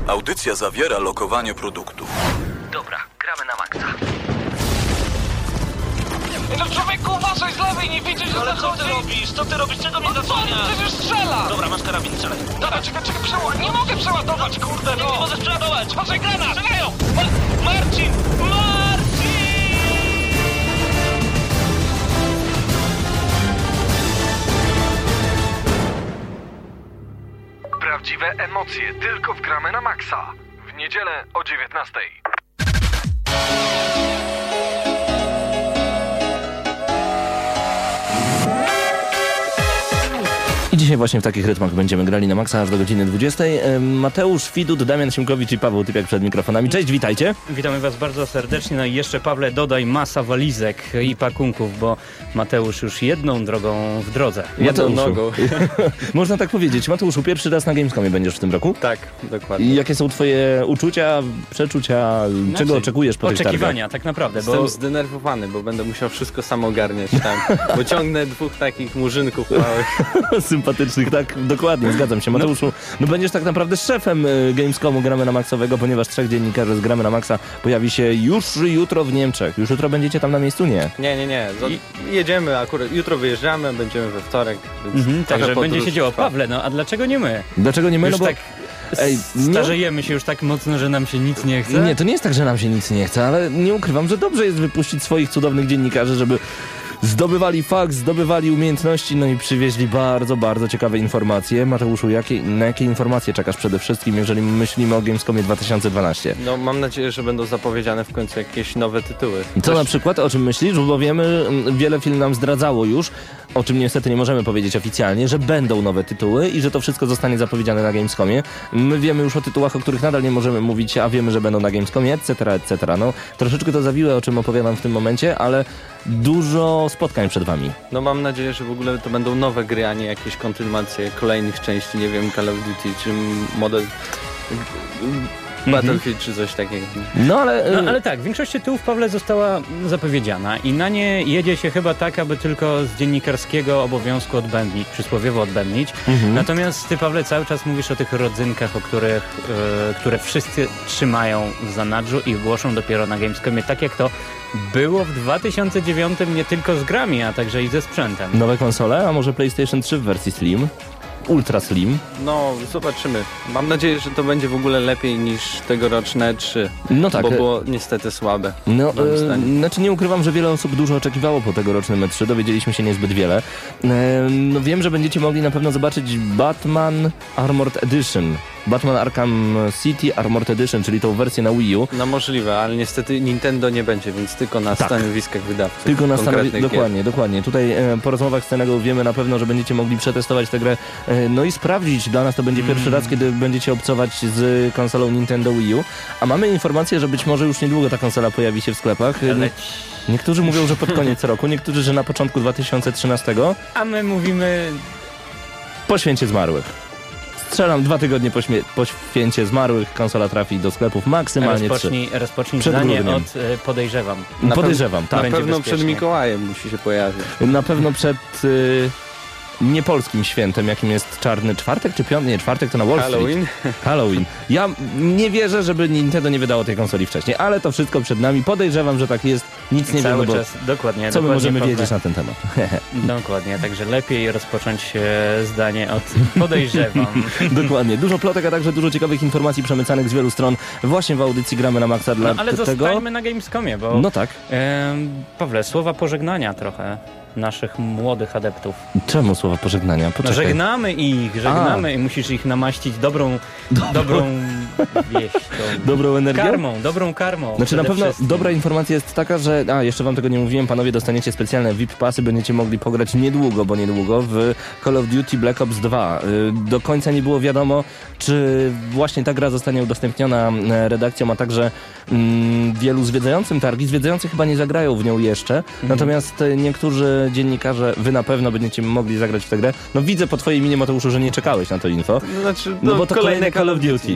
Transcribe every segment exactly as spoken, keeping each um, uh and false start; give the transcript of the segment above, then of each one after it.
Audycja zawiera lokowanie produktu. Dobra, gramy na maksa. No człowieku, uważaj z lewej, nie widzisz, że Ale co zachodzi? ty robisz? Co ty robisz? Czego mnie zasłaniasz? Przecież strzela! Dobra, masz karabin, strzelaj. Dobra, czekaj, czekaj, przeładuj. Nie mogę przeładować, kurde, Nie, no! nie możesz przeładować! Patrzaj, granat! Strzelają! Ma- Marcin! Marcin! Prawdziwe emocje tylko w Gramy na Maxa. W niedzielę o dziewiętnastej. I dzisiaj właśnie w takich rytmach będziemy grali na maksa aż do godziny dwudziestej. Mateusz Widut, Damian Siemkowicz i Paweł Typiak przed mikrofonami. Cześć, witajcie. Witamy Was bardzo serdecznie. No i jeszcze, Pawle, dodaj masa walizek i pakunków, bo Mateusz już jedną drogą w drodze. Jedną nogą. Można tak powiedzieć. Mateuszu, pierwszy raz na Gamescomie będziesz w tym roku? Tak, dokładnie. I jakie są twoje uczucia, przeczucia? Czego Znaczy, oczekujesz po tych targach? Oczekiwania, tak naprawdę, Jestem bo... zdenerwowany, bo będę musiał wszystko sam ogarniać tam. Bo ciągnę dwóch takich murzynków małych. Sympatycznych, tak, dokładnie, zgadzam się. Mateuszu, no będziesz tak naprawdę szefem y, Gamescomu Gramy na Maxowego, ponieważ trzech dziennikarzy z Gramy na Maxa pojawi się już jutro w Niemczech. Już jutro będziecie tam na miejscu? Nie. Nie, nie, nie. Z- jedziemy akurat, jutro wyjeżdżamy, będziemy we wtorek. Więc Mhm, trochę także podróż będzie się działo. trwa. Pawle, no a dlaczego nie my? Dlaczego nie my? Już No bo... tak Ej, nie- starzejemy się już tak mocno, że nam się nic nie chce? Nie, to nie jest tak, że nam się nic nie chce, ale nie ukrywam, że dobrze jest wypuścić swoich cudownych dziennikarzy, żeby zdobywali fakt, zdobywali umiejętności, no i przywieźli bardzo, bardzo ciekawe informacje. Mateuszu, jakie, na jakie informacje czekasz przede wszystkim, jeżeli myślimy o Gamescomie dwa tysiące dwanaście? No mam nadzieję, że będą zapowiedziane w końcu jakieś nowe tytuły. Co Też- na przykład, o czym myślisz? Bo wiemy, mm, wiele film nam zdradzało już, o czym niestety nie możemy powiedzieć oficjalnie, że będą nowe tytuły i że to wszystko zostanie zapowiedziane na Gamescomie. My wiemy już o tytułach, o których nadal nie możemy mówić, a wiemy, że będą na Gamescomie, et cetera, et cetera. No, troszeczkę to zawiłe, o czym opowiadam w tym momencie, ale dużo spotkań przed wami. No mam nadzieję, że w ogóle to będą nowe gry, a nie jakieś kontynuacje kolejnych części, nie wiem, Call of Duty czy Model... Battlefield czy coś takiego. No ale... No ale tak, większość tytułów, Pawle, została zapowiedziana i na nie jedzie się chyba tak, aby tylko z dziennikarskiego obowiązku odbębnić, przysłowiowo odbębnić. Mhm. Natomiast ty, Pawle, cały czas mówisz o tych rodzynkach, o których, e, które wszyscy trzymają w zanadrzu i głoszą dopiero na Gamescomie, tak jak to było w dwa tysiące dziewiątym nie tylko z grami, a także i ze sprzętem. Nowe konsole, a może PlayStation trzy w wersji Slim? Ultra Slim? No, zobaczymy. Mam nadzieję, że to będzie w ogóle lepiej niż tegoroczne trzy. No tak. Bo było niestety słabe. No, moim e, zdaniem. znaczy nie ukrywam, że wiele osób dużo oczekiwało po tegorocznym E trzy, dowiedzieliśmy się niezbyt wiele. E, no wiem, że będziecie mogli na pewno zobaczyć Batman Armored Edition. Batman Arkham City Armored Edition, czyli tą wersję na Wii U. No możliwe, ale niestety Nintendo nie będzie, więc tylko na Tak. stanowiskach wydawców. Tylko na stanowisku. konkretnych gier. Dokładnie, dokładnie. Tutaj e, po rozmowach z Cenegą wiemy na pewno, że będziecie mogli przetestować tę grę, e, no i sprawdzić. Dla nas to będzie pierwszy raz, kiedy będziecie obcować z konsolą Nintendo Wii U. A mamy informację, że być może już niedługo ta konsola pojawi się w sklepach. E, Leć. Niektórzy mówią, że pod koniec roku, niektórzy, że na początku dwa tysiące trzynastego. A my mówimy... Po święcie zmarłych. Strzelam dwa tygodnie po, śmie- po święcie zmarłych, konsola trafi do sklepów maksymalnie trzy. Rozpocznij, rozpocznij Przed zdanie grudniem. od e, podejrzewam. Na Podejrzewam, Na tak. będzie pewno bezpiecznie. przed Mikołajem musi się pojawić. Na pewno przed y, niepolskim świętem, jakim jest czarny czwartek czy piątek? Nie, czwartek to na Wall Street. Halloween? Halloween. Ja nie wierzę, żeby Nintendo nie wydało tej konsoli wcześniej, ale to wszystko przed nami. Podejrzewam, że tak jest. Nic nie Cały wiemy, bo czas, dokładnie. co my dokładnie, możemy Pawle. wiedzieć na ten temat? Dokładnie, także lepiej rozpocząć e, zdanie od podejrzewam. Dokładnie. Dużo plotek, a także dużo ciekawych informacji przemycanych z wielu stron właśnie w audycji Gramy na Maxa dla No ale tego. zostańmy na Gamescomie, bo No tak. em, Pawle, słowa pożegnania trochę naszych młodych adeptów. Czemu słowa pożegnania? No, Poczekaj. żegnamy ich, żegnamy i musisz ich namaścić dobrą, dobrą wieścią. Dobrą energię? Karmą, dobrą karmą. Znaczy na przede pewno wszystkim. dobra informacja jest taka, że, a jeszcze wam tego nie mówiłem, panowie, dostaniecie specjalne V I P pasy, będziecie mogli pograć niedługo, bo niedługo w Call of Duty Black Ops dwa. Y, Do końca nie było wiadomo, czy właśnie ta gra zostanie udostępniona e, redakcją, a także mm, wielu zwiedzającym targi. Zwiedzający chyba nie zagrają w nią jeszcze, Mhm. natomiast e, niektórzy dziennikarze, wy na pewno będziecie mogli zagrać w tę grę. No widzę po twojej minie, Mateuszu, że nie czekałeś na to info. No, znaczy, No no, bo to kolejne Call of Duty, nie? tak jest.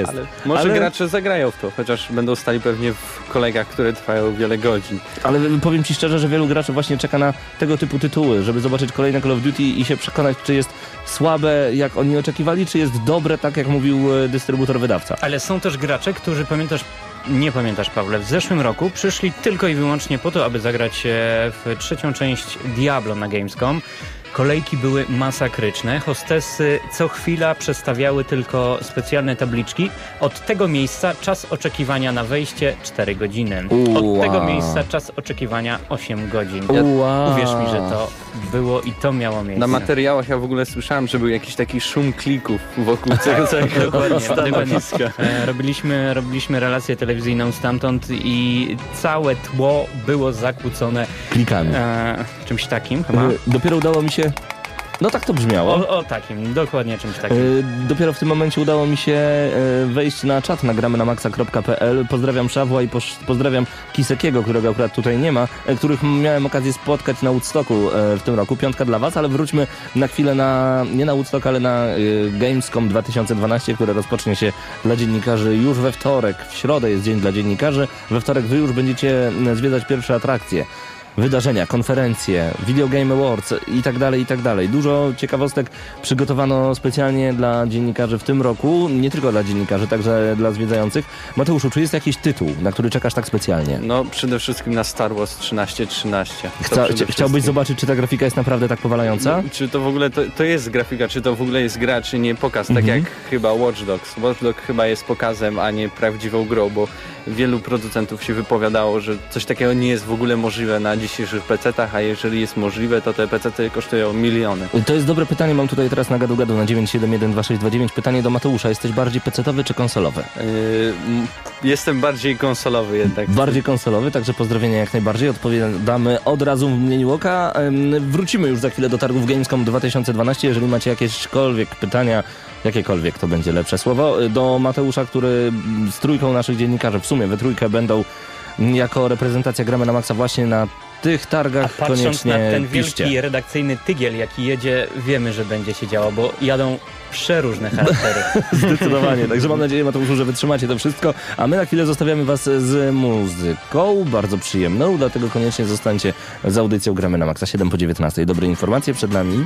jest. Ale może Ale- gracze zagrają w to, chociaż będą stali pewnie w kolejkach, które trwają wiele godzin. Ale powiem ci szczerze, że wielu graczy właśnie czeka na tego typu tytuły, żeby zobaczyć kolejne Call of Duty i się przekonać, czy jest słabe, jak oni oczekiwali, czy jest dobre, tak jak mówił e, dystrybutor wydawca. Ale są też gracze, którzy pamiętasz, nie pamiętasz, Pawle, w zeszłym roku przyszli tylko i wyłącznie po to, aby zagrać e, w trzecią część Diablo na Gamescom. Kolejki były masakryczne. Hostessy co chwila przestawiały tylko specjalne tabliczki. Od tego miejsca czas oczekiwania na wejście cztery godziny. Od Ua. tego miejsca czas oczekiwania osiem godzin. Ua. Uwierz mi, że to było i to miało miejsce. Na materiałach ja w ogóle słyszałem, że był jakiś taki szum klików wokół tego całego Dokładnie, dokładnie. stanowiska. E, robiliśmy, robiliśmy relację telewizyjną stamtąd i całe tło było zakłócone Klikami. e, czymś takim chyba. E, Dopiero udało mi się... No tak to brzmiało. O, o takim, dokładnie czymś takim. E, Dopiero w tym momencie udało mi się e, wejść na czat na gramy na maxa kropka p l. Pozdrawiam Szawła i posz- pozdrawiam Kisekiego, którego akurat tutaj nie ma, e, których miałem okazję spotkać na Woodstocku e, w tym roku. Piątka dla was, ale wróćmy na chwilę na, nie na Woodstock, ale na e, Gamescom dwa tysiące dwanaście, które rozpocznie się dla dziennikarzy już we wtorek. W środę jest dzień dla dziennikarzy. We wtorek wy już będziecie m, zwiedzać pierwsze atrakcje. Wydarzenia, konferencje, Video Game Awards i tak dalej, i tak dalej. Dużo ciekawostek przygotowano specjalnie dla dziennikarzy w tym roku. Nie tylko dla dziennikarzy, także dla zwiedzających. Mateuszu, czy jest jakiś tytuł, na który czekasz tak specjalnie? No przede wszystkim na Star Wars trzynaście trzynaście. To Chca, przede chcia- wszystkim. chciałbyś zobaczyć, czy ta grafika jest naprawdę tak powalająca? Czy to w ogóle to, to jest grafika, czy to w ogóle jest gra, czy nie pokaz, tak Mhm. jak chyba Watch Dogs. Watch Dogs chyba jest pokazem, a nie prawdziwą grą, bo wielu producentów się wypowiadało, że coś takiego nie jest w ogóle możliwe na dzisiejszych pecetach, a jeżeli jest możliwe, to te pecety kosztują miliony. To jest dobre pytanie, mam tutaj teraz na gadu gadu na dziewięć siedem jeden dwa sześć dwa dziewięć. Pytanie do Mateusza, jesteś bardziej pecetowy czy konsolowy? Yy, m- jestem bardziej konsolowy jednak. Bardziej konsolowy, także pozdrowienia jak najbardziej. Odpowiadamy od razu w mgnieniu oka. Ym, Wrócimy już za chwilę do targów Gamescom dwa tysiące dwanaście. Jeżeli macie jakiekolwiek pytania, jakiekolwiek to będzie lepsze słowo, do Mateusza, który z trójką naszych dziennikarzy, w sumie we trójkę będą jako reprezentacja Gramy na Maxa właśnie na tych A targach, patrząc koniecznie na ten piszcie. wielki redakcyjny tygiel, jaki jedzie, wiemy, że będzie się działo, bo jadą przeróżne charaktery. Zdecydowanie. Także mam nadzieję, Mateuszu, że wytrzymacie to wszystko. A my na chwilę zostawiamy was z muzyką, bardzo przyjemną, dlatego koniecznie zostańcie z audycją Gramy na Maxa siedem po dziewiętnastej. Dobre informacje przed nami.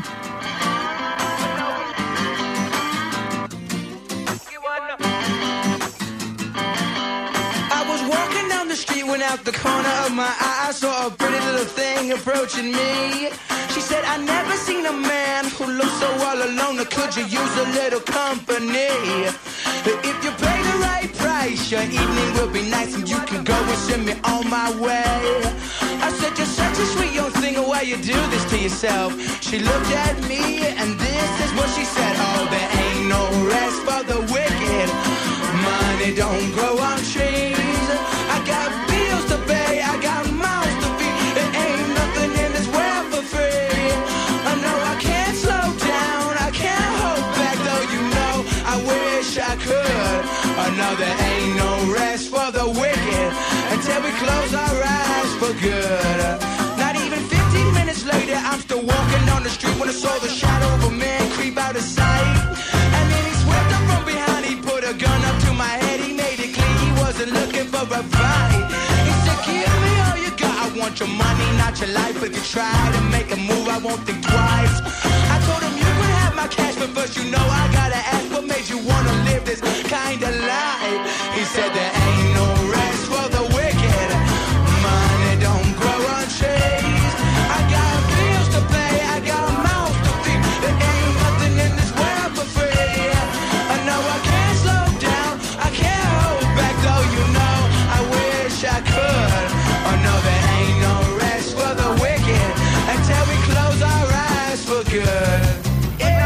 I was walking down the street when out the corner of my eye I saw a pretty little thing approaching me. She said, I never seen a man who looks so all alone. Or could you use a little company? If you pay the right price, your evening will be nice and you can go and send me on my way. I said, you're such a sweet young thing, why you do this to yourself? She looked at me and this is what she said. Oh, there ain't no rest for the wicked. Money don't grow on trees. I got bills to pay, I got mouths to feed. There ain't nothing in this world for free. I know I can't slow down, I can't hold back, though you know I wish I could. I know there ain't no rest for the wicked until we close our eyes for good. Not even fifteen minutes later, I'm still walking down the street when I saw the shadow of a man creep out of sight. And then he swept up from behind, he put a gun up to my head, he made it clear he wasn't looking for a fight. He said, give me all you got, I want your money, not your life. If you try to make a move, I won't think twice. I told him you could have my cash, but first you know I gotta ask, what made you wanna live this kind of life? He said there ain't no rest for the wicked. Money don't grow on trees. I got bills to pay, I got mouths to feed. There ain't nothing in this world for free. I know I can't slow down, I can't hold back, though you know I wish I could. Oh no, there ain't no rest for the wicked until we close our eyes for good. Yeah.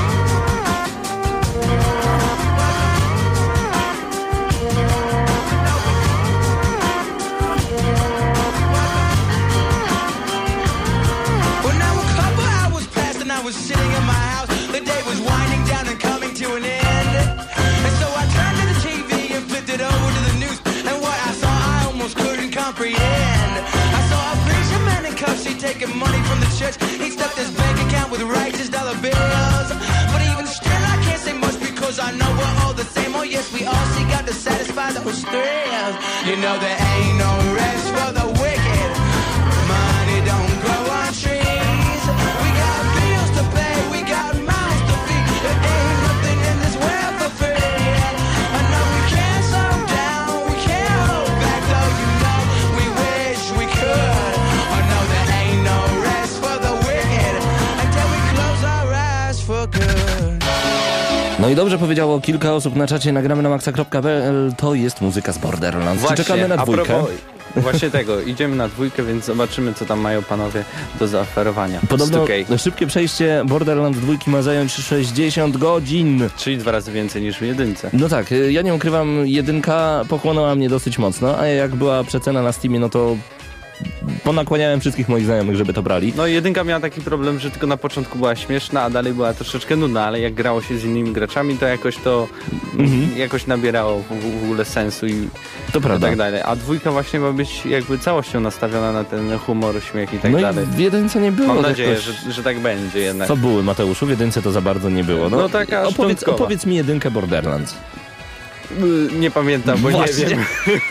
Well, now a couple hours passed and I was sitting in my house. The day was winding down and coming to an end. And so I turned to the T V and flipped it over to the news. And what I saw I almost couldn't comprehend. I saw a preacher man in cuffs, he taking money from the church. He stuffed his bank account with righteous dollar bills. But even still I can't say much because I know we're all the same. Oh yes, we all hard to satisfy those thrills. You know there ain't no rest for the wicked. Money don't grow on trees. We got bills to pay, we got mouths to feed. There ain't nothing in this world for free. I know we can't slow down, we can't hold back, though you know we wish we could. I know there ain't no rest for the wicked until we close our eyes for good. No i dobrze powiedziało kilka osób na czacie, nagramy na maxa kropka p l, to jest muzyka z Borderlands. Właśnie, Czy czekamy na a dwójkę? propos właśnie tego, idziemy na dwójkę, więc zobaczymy, co tam mają panowie do zaoferowania. Podobno stu K. szybkie przejście Borderlands dwójki ma zająć sześćdziesiąt godzin. Czyli dwa razy więcej niż w jedynce. No tak, ja nie ukrywam, jedynka pochłonęła mnie dosyć mocno, a jak była przecena na Steamie, no to ponakłaniałem wszystkich moich znajomych, żeby to brali. No jedynka miała taki problem, że tylko na początku była śmieszna, a dalej była troszeczkę nudna, ale jak grało się z innymi graczami, to jakoś to Mhm. jakoś nabierało w, w ogóle sensu i To prawda. tak dalej. A dwójka właśnie ma być jakby całością nastawiona na ten humor, śmiech i tak No dalej. i w jedynce nie było. Mam nadzieję, jakoś że, że tak będzie jednak. fabuły, Mateuszu, w jedynce to za bardzo nie było. No, No taka opowiedz, szczątkowa. opowiedz mi jedynkę Borderlands. Y, Nie pamiętam, bo Właśnie. nie wiem.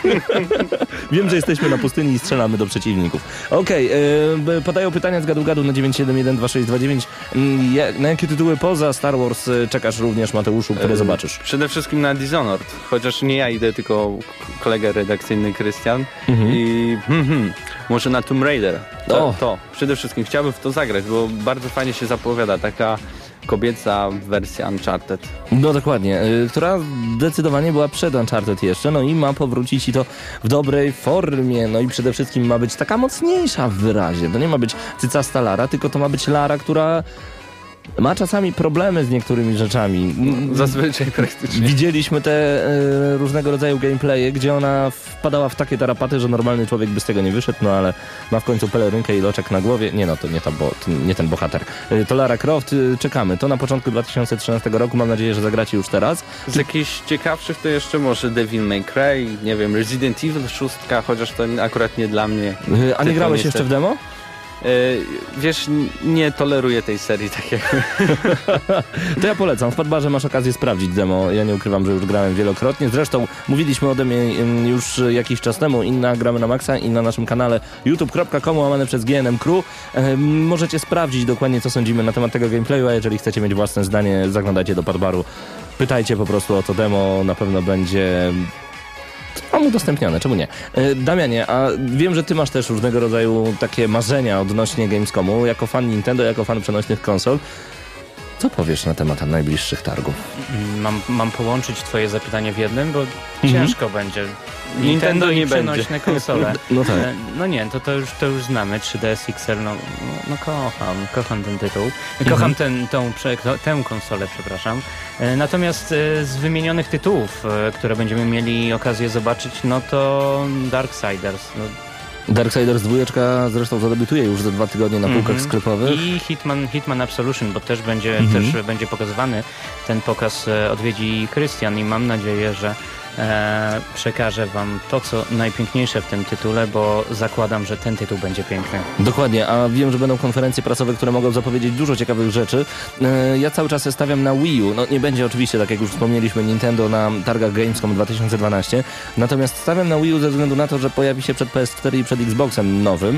Wiem, że jesteśmy na pustyni i strzelamy do przeciwników. Okej, okay, podają pytania z gadu gadu na dziewięć siedem jeden dwa sześć dwa dziewięć. Mm, ja- Na jakie tytuły poza Star Wars y, czekasz również, Mateuszu, które Y, zobaczysz? Przede wszystkim na Dishonored, chociaż nie ja idę, tylko k- kolega redakcyjny Krystian. Mhm. I hmm, hmm, może na Tomb Raider. To, O. to przede wszystkim chciałbym w to zagrać, bo bardzo fajnie się zapowiada taka kobieca wersja Uncharted. No dokładnie, y, która zdecydowanie była przed Uncharted jeszcze, no i ma powrócić i to w dobrej formie, no i przede wszystkim ma być taka mocniejsza w wyrazie. To nie ma być cycasta Lara, tylko to ma być Lara, która ma czasami problemy z niektórymi rzeczami. Zazwyczaj praktycznie. Widzieliśmy te e, różnego rodzaju gameplaye, gdzie ona wpadała w takie tarapaty, że normalny człowiek by z tego nie wyszedł, no ale ma w końcu pelerynkę i loczek na głowie. Nie no, to nie, ta, bo, to nie ten bohater. E, to Lara Croft, e, czekamy. To na początku dwa tysiące trzynastego roku, mam nadzieję, że zagracie już teraz. Z jakichś ciekawszych to jeszcze może Devil May Cry, nie wiem, Resident Evil sześć, chociaż to akurat nie dla mnie. E, a nie Tytuł grałeś niestety. jeszcze w demo? E, wiesz, n- nie toleruję tej serii tak jak... To ja polecam. W Padbarze masz okazję sprawdzić demo. Ja nie ukrywam, że już grałem wielokrotnie. Zresztą mówiliśmy o demie ym, już jakiś czas temu. Inna gramy na Maxa i na naszym kanale youtube kropka com łamane przez G N M Crew. Ym, możecie sprawdzić dokładnie, co sądzimy na temat tego gameplayu, a jeżeli chcecie mieć własne zdanie, zaglądajcie do Padbaru. Pytajcie po prostu o to demo. Na pewno będzie... Mam udostępnione, czemu nie? E, Damianie, a wiem, że ty masz też różnego rodzaju takie marzenia odnośnie Gamescomu. Jako fan Nintendo, jako fan przenośnych konsol. Co powiesz na temat najbliższych targów? Mam, mam połączyć twoje zapytanie w jednym, bo Mhm. ciężko będzie. Nintendo Nintendo nie i przenośne konsole. No tak. E, No nie, to, to, już, to już znamy. trzy D S X L, no, no, no kocham, kocham ten tytuł. Kocham Mhm. ten, tą, prze- to- tę konsolę, przepraszam. E, Natomiast e, z wymienionych tytułów, e, które będziemy mieli okazję zobaczyć, no to Darksiders. No, Darksiders dwójeczka zresztą zadebiutuje już za dwa tygodnie na półkach Mhm. sklepowych. I Hitman, Hitman Absolution, bo też będzie, Mhm. też będzie pokazywany. Ten pokaz e, odwiedzi Krystian i mam nadzieję, że e, przekażę wam to, co najpiękniejsze w tym tytule, bo zakładam, że ten tytuł będzie piękny. Dokładnie, a wiem, że będą konferencje prasowe, które mogą zapowiedzieć dużo ciekawych rzeczy. E, Ja cały czas stawiam na Wii U. No nie będzie oczywiście, tak jak już wspomnieliśmy, Nintendo na targach Gamescom dwa tysiące dwanaście. Natomiast stawiam na Wii U ze względu na to, że pojawi się przed P S cztery i przed Xboxem nowym.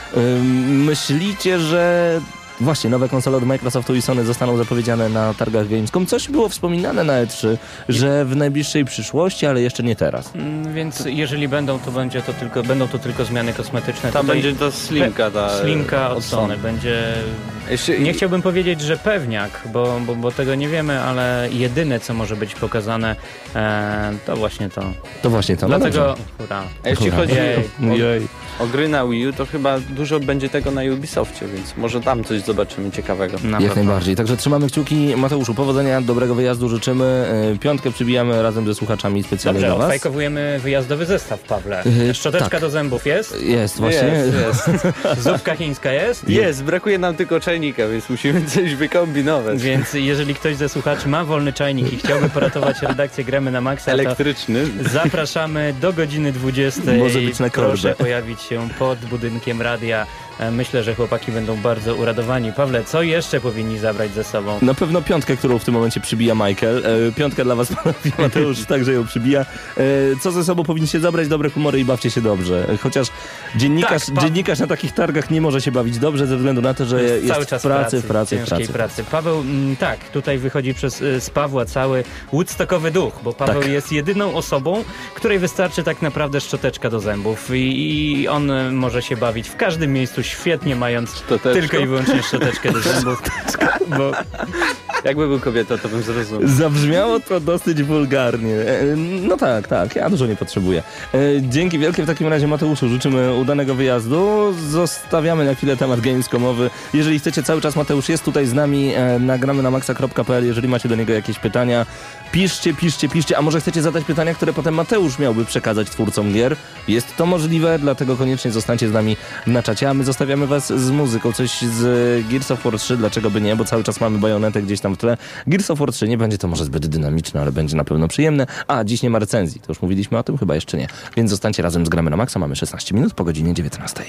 Ym, Myślicie, że... Właśnie, nowe konsole od Microsoftu i Sony zostaną zapowiedziane na targach Gamescom. Coś było wspominane na E trzy, że w najbliższej przyszłości, ale jeszcze nie teraz. Mm, Więc jeżeli będą, to będzie to tylko, będą to tylko zmiany kosmetyczne. Tam Tutaj będzie to Slimka ta... Slimka od od Sony. Sony. Będzie... Jeszcze, Nie chciałbym powiedzieć, że pewniak, bo, bo, bo tego nie wiemy, ale jedyne, co może być pokazane, e, to właśnie to. To właśnie to. No Dlatego... dobrze. Hurra. A jeśli Hurra. chodzi Jej. o, Jej. o gry na Wii U, to chyba dużo będzie tego na Ubisoftie, więc może tam coś zobaczymy ciekawego. Na Jak pewno. najbardziej. Także trzymamy kciuki. Mateuszu, powodzenia, dobrego wyjazdu życzymy. Yy, Piątkę przybijamy razem ze słuchaczami specjalnie Dobrze, dla was. odfajkowujemy wyjazdowy zestaw, Pawle. Yy, Szczoteczka tak. do zębów jest? Jest, właśnie. Jest, jest. Zupka chińska jest? Jest, brakuje nam tylko czajnika, więc musimy coś wykombinować. Więc jeżeli ktoś ze słuchaczy ma wolny czajnik i chciałby poratować redakcję Gramy na Maxa, to Elektryczny. zapraszamy do godziny dwudziestej. Może być na korbę. Proszę pojawić się pod budynkiem radia E, Myślę, że chłopaki będą bardzo uradowani. Pawle, co jeszcze powinni zabrać ze sobą? Na pewno piątkę, którą w tym momencie przybija Michael. E, piątkę dla was, panowie, Mateusz także ją przybija. E, co ze sobą powinniście zabrać? Dobre humory i bawcie się dobrze. E, chociaż dziennikarz, Tak, pa- dziennikarz na takich targach nie może się bawić dobrze ze względu na to, że jest, Cały czas w pracy, w pracy, w ciężkiej pracy. pracy. Paweł, mm, tak, tutaj wychodzi przez, y, z Pawła cały woodstockowy duch, bo Paweł Tak. jest jedyną osobą, której wystarczy tak naprawdę szczoteczka do zębów i, i on y, może się bawić w każdym miejscu świetnie, mając Szczoteczką? tylko i wyłącznie szczoteczkę do zębów. Bo Jakby był kobietą, to bym zrozumiał. Zabrzmiało to dosyć wulgarnie. E, No tak, tak, ja dużo nie potrzebuję. E, Dzięki wielkie w takim razie, Mateuszu, życzymy udanego wyjazdu. Zostawiamy na chwilę temat gamescomowy. Jeżeli chcecie, cały czas Mateusz jest tutaj z nami, e, nagramy na maxa kropka p l. Jeżeli macie do niego jakieś pytania, piszcie, piszcie, piszcie, a może chcecie zadać pytania, które potem Mateusz miałby przekazać twórcom gier. Jest to możliwe, dlatego koniecznie zostańcie z nami na czacie, a my zostawiamy was z muzyką. Coś z Gears of War trzy, dlaczego by nie, bo cały czas mamy bajonetę gdzieś tam w tle. Gears of War trzy nie będzie to może zbyt dynamiczne, ale będzie na pewno przyjemne. A, dziś nie ma recenzji, to już mówiliśmy o tym? Chyba jeszcze nie. Więc zostańcie razem z Gramy na Maxa, mamy szesnaście minut po godzinie dziewiętnastej.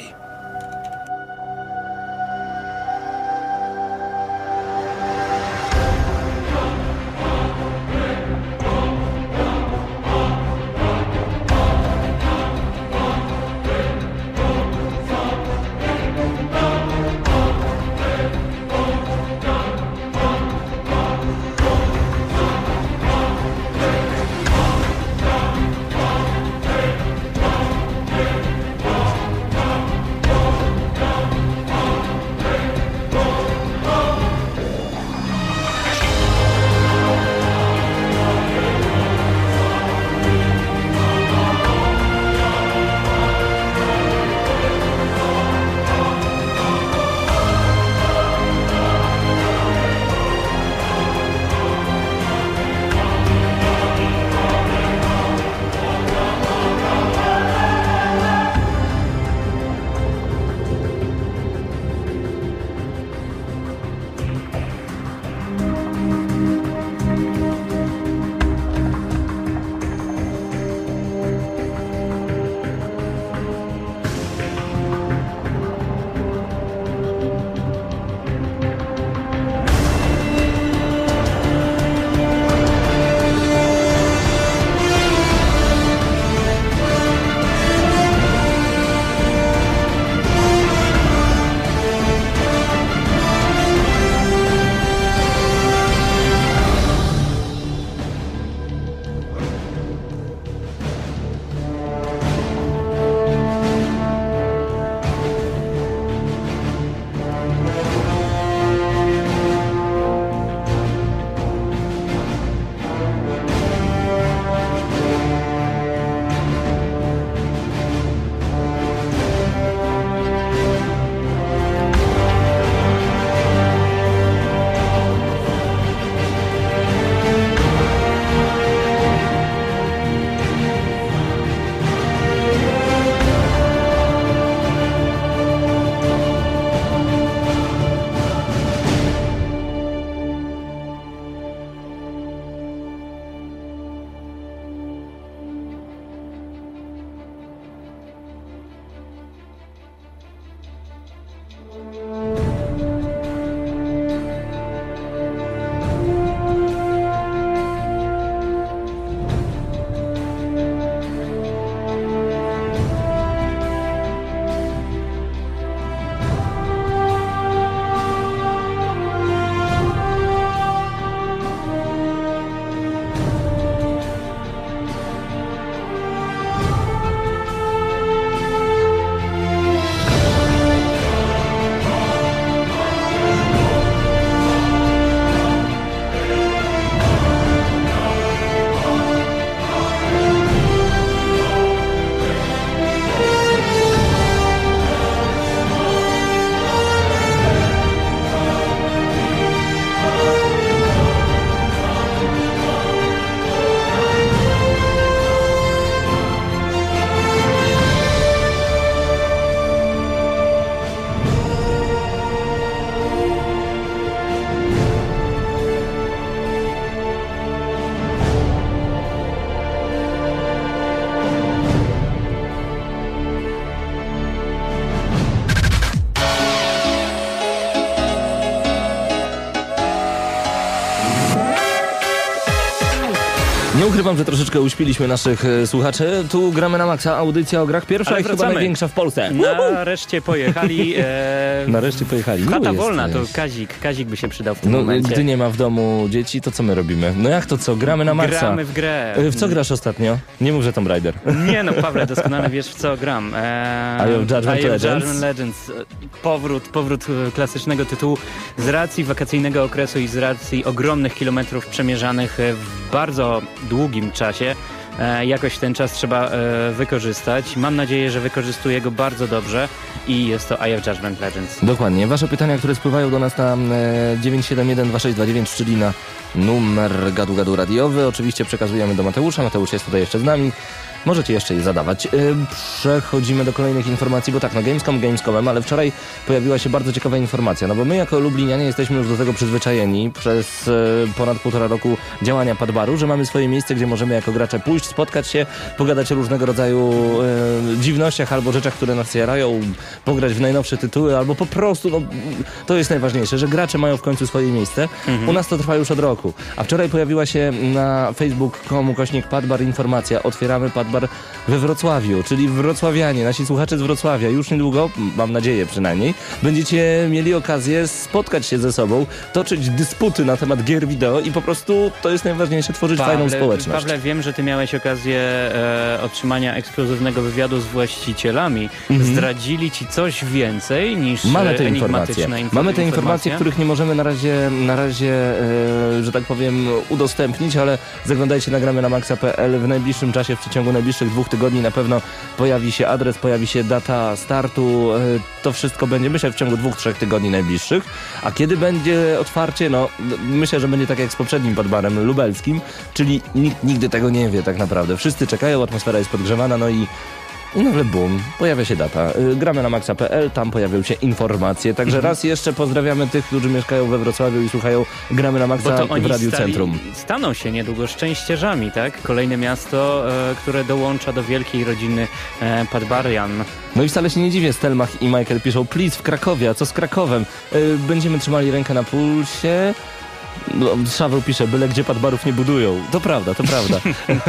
ukrywam, że troszeczkę uśpiliśmy naszych e, słuchaczy. Tu gramy na maksa, audycja o grach pierwsza Ale i chyba wracamy. największa w Polsce. Nareszcie pojechali. E, Nareszcie pojechali. Chata Miły wolna, to jesteś. Kazik. Kazik by się przydał w tym No, momencie. gdy nie ma w domu dzieci, to co my robimy? No jak to co? Gramy na maksa. Gramy w grę. E, W co grasz ostatnio? Nie mów, że Tomb Raider. Nie no, Pawle, doskonale wiesz w co gram. Eee, Eye of Judgment Eye of Legends. Judgment Legends. E, Powrót, powrót e, klasycznego tytułu z racji wakacyjnego okresu i z racji ogromnych kilometrów przemierzanych e, w bardzo długim czasie. E, jakoś ten czas trzeba e, wykorzystać. Mam nadzieję, że wykorzystuję go bardzo dobrze i jest to Eye of Judgment Legends. Dokładnie. Wasze pytania, które spływają do nas na e, dziewięć siedem jeden dwa sześć dwa dziewięć, czyli na numer gadu gadu radiowy. Oczywiście przekazujemy do Mateusza. Mateusz jest tutaj jeszcze z nami. Możecie jeszcze je zadawać. E, przechodzimy do kolejnych informacji, bo tak, no Gamescom Gamescomem, ale wczoraj pojawiła się bardzo ciekawa informacja, no bo my jako Lublinianie jesteśmy już do tego przyzwyczajeni przez e, ponad półtora roku działania Padbaru, że mamy swoje miejsce, gdzie możemy jako gracze pójść, spotkać się, pogadać o różnego rodzaju e, dziwnościach albo rzeczach, które nas jarają, pograć w najnowsze tytuły, albo po prostu, no to jest najważniejsze, że gracze mają w końcu swoje miejsce. Mhm. U nas to trwa już od roku, a wczoraj pojawiła się na facebook kropka com ukośnik Padbar informacja, otwieramy Padbar we Wrocławiu, czyli wrocławianie, nasi słuchacze z Wrocławia, już niedługo, mam nadzieję przynajmniej, będziecie mieli okazję spotkać się ze sobą, toczyć dysputy na temat gier wideo i po prostu to jest najważniejsze, tworzyć fajną społeczność. Pawle, wiem, że ty miałeś okazję e, otrzymania ekskluzywnego wywiadu z właścicielami. Mhm. Zdradzili ci coś więcej niż Mamy te enigmatyczne informacje. info- Mamy te informacje, informacje? których nie możemy na razie, na razie e, że tak powiem, udostępnić, ale zaglądajcie na gramy na maxa kropka p l. W najbliższym czasie, w przeciągu najbliższych dwóch tygodni na pewno pojawi się adres, pojawi się data startu. E, to wszystko będzie, myślę, w ciągu dwóch, trzech tygodni najbliższych. A kiedy będzie otwarcie? No, myślę, że będzie tak jak z poprzednim Padbarem lubelskim, czyli nikt nigdy tego nie wie tak naprawdę. Wszyscy czekają, atmosfera jest podgrzewana, no i I nagle bum, pojawia się data. Y, gramy na maxa kropka p l, tam pojawią się informacje. Także raz jeszcze pozdrawiamy tych, którzy mieszkają we Wrocławiu i słuchają Gramy na Bo Maxa to w oni Radiu stali, Centrum. staną się niedługo szczęściarzami, tak? Kolejne miasto, e, które dołącza do wielkiej rodziny e, Padbarian. No i wcale się nie dziwię, Stelmach i Michael piszą, please w Krakowie, a co z Krakowem? Y, będziemy trzymali rękę na pulsie. No, Szaweł pisze, byle gdzie Padbarów nie budują. To prawda, to prawda.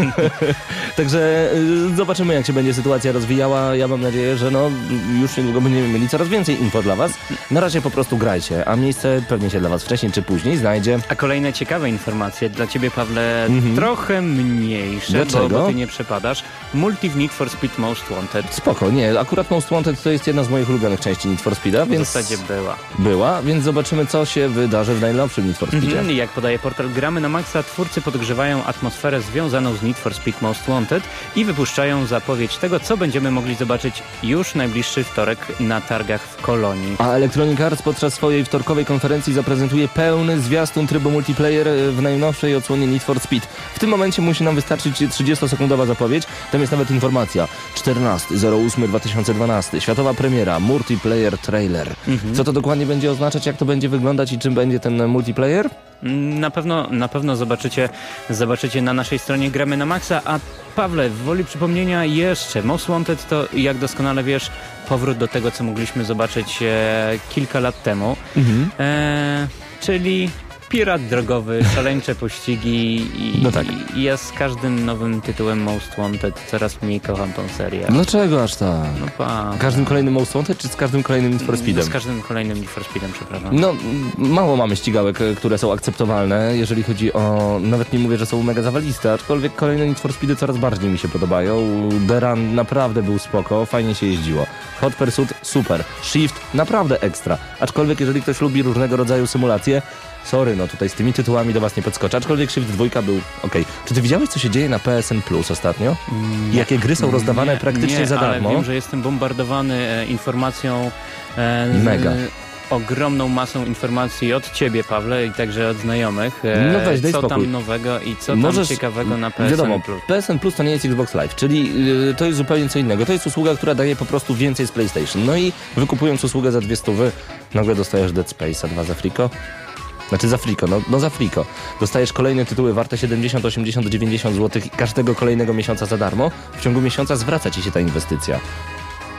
Także y, zobaczymy, jak się będzie sytuacja rozwijała. Ja mam nadzieję, że no już niedługo będziemy mieli coraz więcej info dla was. Na razie po prostu grajcie, a miejsce pewnie się dla was wcześniej czy później znajdzie. A kolejne ciekawe informacje dla ciebie, Pawle, Mhm. trochę mniejsze, Dlaczego? bo, bo ty nie przepadasz. Multi w Need for Speed Most Wanted. Spoko, nie, akurat Most Wanted to jest jedna z moich ulubionych części Need for Speeda, W więc zasadzie była. była, więc zobaczymy, co się wydarzy w najnowszym Need for Speedzie. Mhm. Jak podaje portal Gramy na Maxa, twórcy podgrzewają atmosferę związaną z Need for Speed Most Wanted i wypuszczają zapowiedź tego, co będziemy mogli zobaczyć już najbliższy wtorek na targach w Kolonii. A Electronic Arts podczas swojej wtorkowej konferencji zaprezentuje pełny zwiastun trybu multiplayer w najnowszej odsłonie Need for Speed. W tym momencie musi nam wystarczyć trzydziestosekundowa zapowiedź. Tam jest nawet informacja. czternastego ósmego dwa tysiące dwunastego. Światowa premiera. Multiplayer trailer. Mhm. Co to dokładnie będzie oznaczać? Jak to będzie wyglądać i czym będzie ten multiplayer? Na pewno, na pewno zobaczycie, zobaczycie na naszej stronie Gramy na Maxa, a Pawle, w woli przypomnienia jeszcze, Most Wanted to, jak doskonale wiesz, powrót do tego, co mogliśmy zobaczyć e, kilka lat temu, Mhm. e, czyli pirat drogowy, szaleńcze pościgi i, No tak. i ja z każdym nowym tytułem Most Wanted coraz mniej kocham tą serię. Dlaczego aż tak? No pa. Każdym kolejnym Most Wanted, czy z każdym kolejnym Need for Speedem? Z każdym kolejnym Need for Speedem, przepraszam. No, mało mamy ścigałek, e, które są akceptowalne, jeżeli chodzi o... Nawet nie mówię, że są mega zawaliste, aczkolwiek kolejne Need for Speedy coraz bardziej mi się podobają. The Run naprawdę był spoko, fajnie się jeździło. Hot Pursuit super. Shift naprawdę ekstra. Aczkolwiek jeżeli ktoś lubi różnego rodzaju symulacje, sorry, no tutaj z tymi tytułami do was nie podskoczę, aczkolwiek Shift dwa był okej. Czy ty widziałeś, co się dzieje na P S N Plus ostatnio? I jakie gry są rozdawane nie, praktycznie nie, za darmo? Ale wiem, że jestem bombardowany e, informacją e, z, Mega. ogromną masą informacji od ciebie, Pawle, i także od znajomych. E, No weź, daj co spokój. tam nowego i co Możesz- tam ciekawego na P S N Wiadomo, Plus. P S N Plus to nie jest Xbox Live, czyli yy, to jest zupełnie co innego. To jest usługa, która daje po prostu więcej z PlayStation. No i wykupując usługę za dwie stówy, nagle dostajesz Dead Space'a dwa za friko. Znaczy za friko, no, no za friko. Dostajesz kolejne tytuły warte siedemdziesiąt, osiemdziesiąt, dziewięćdziesiąt złotych i każdego kolejnego miesiąca za darmo. W ciągu miesiąca zwraca ci się ta inwestycja.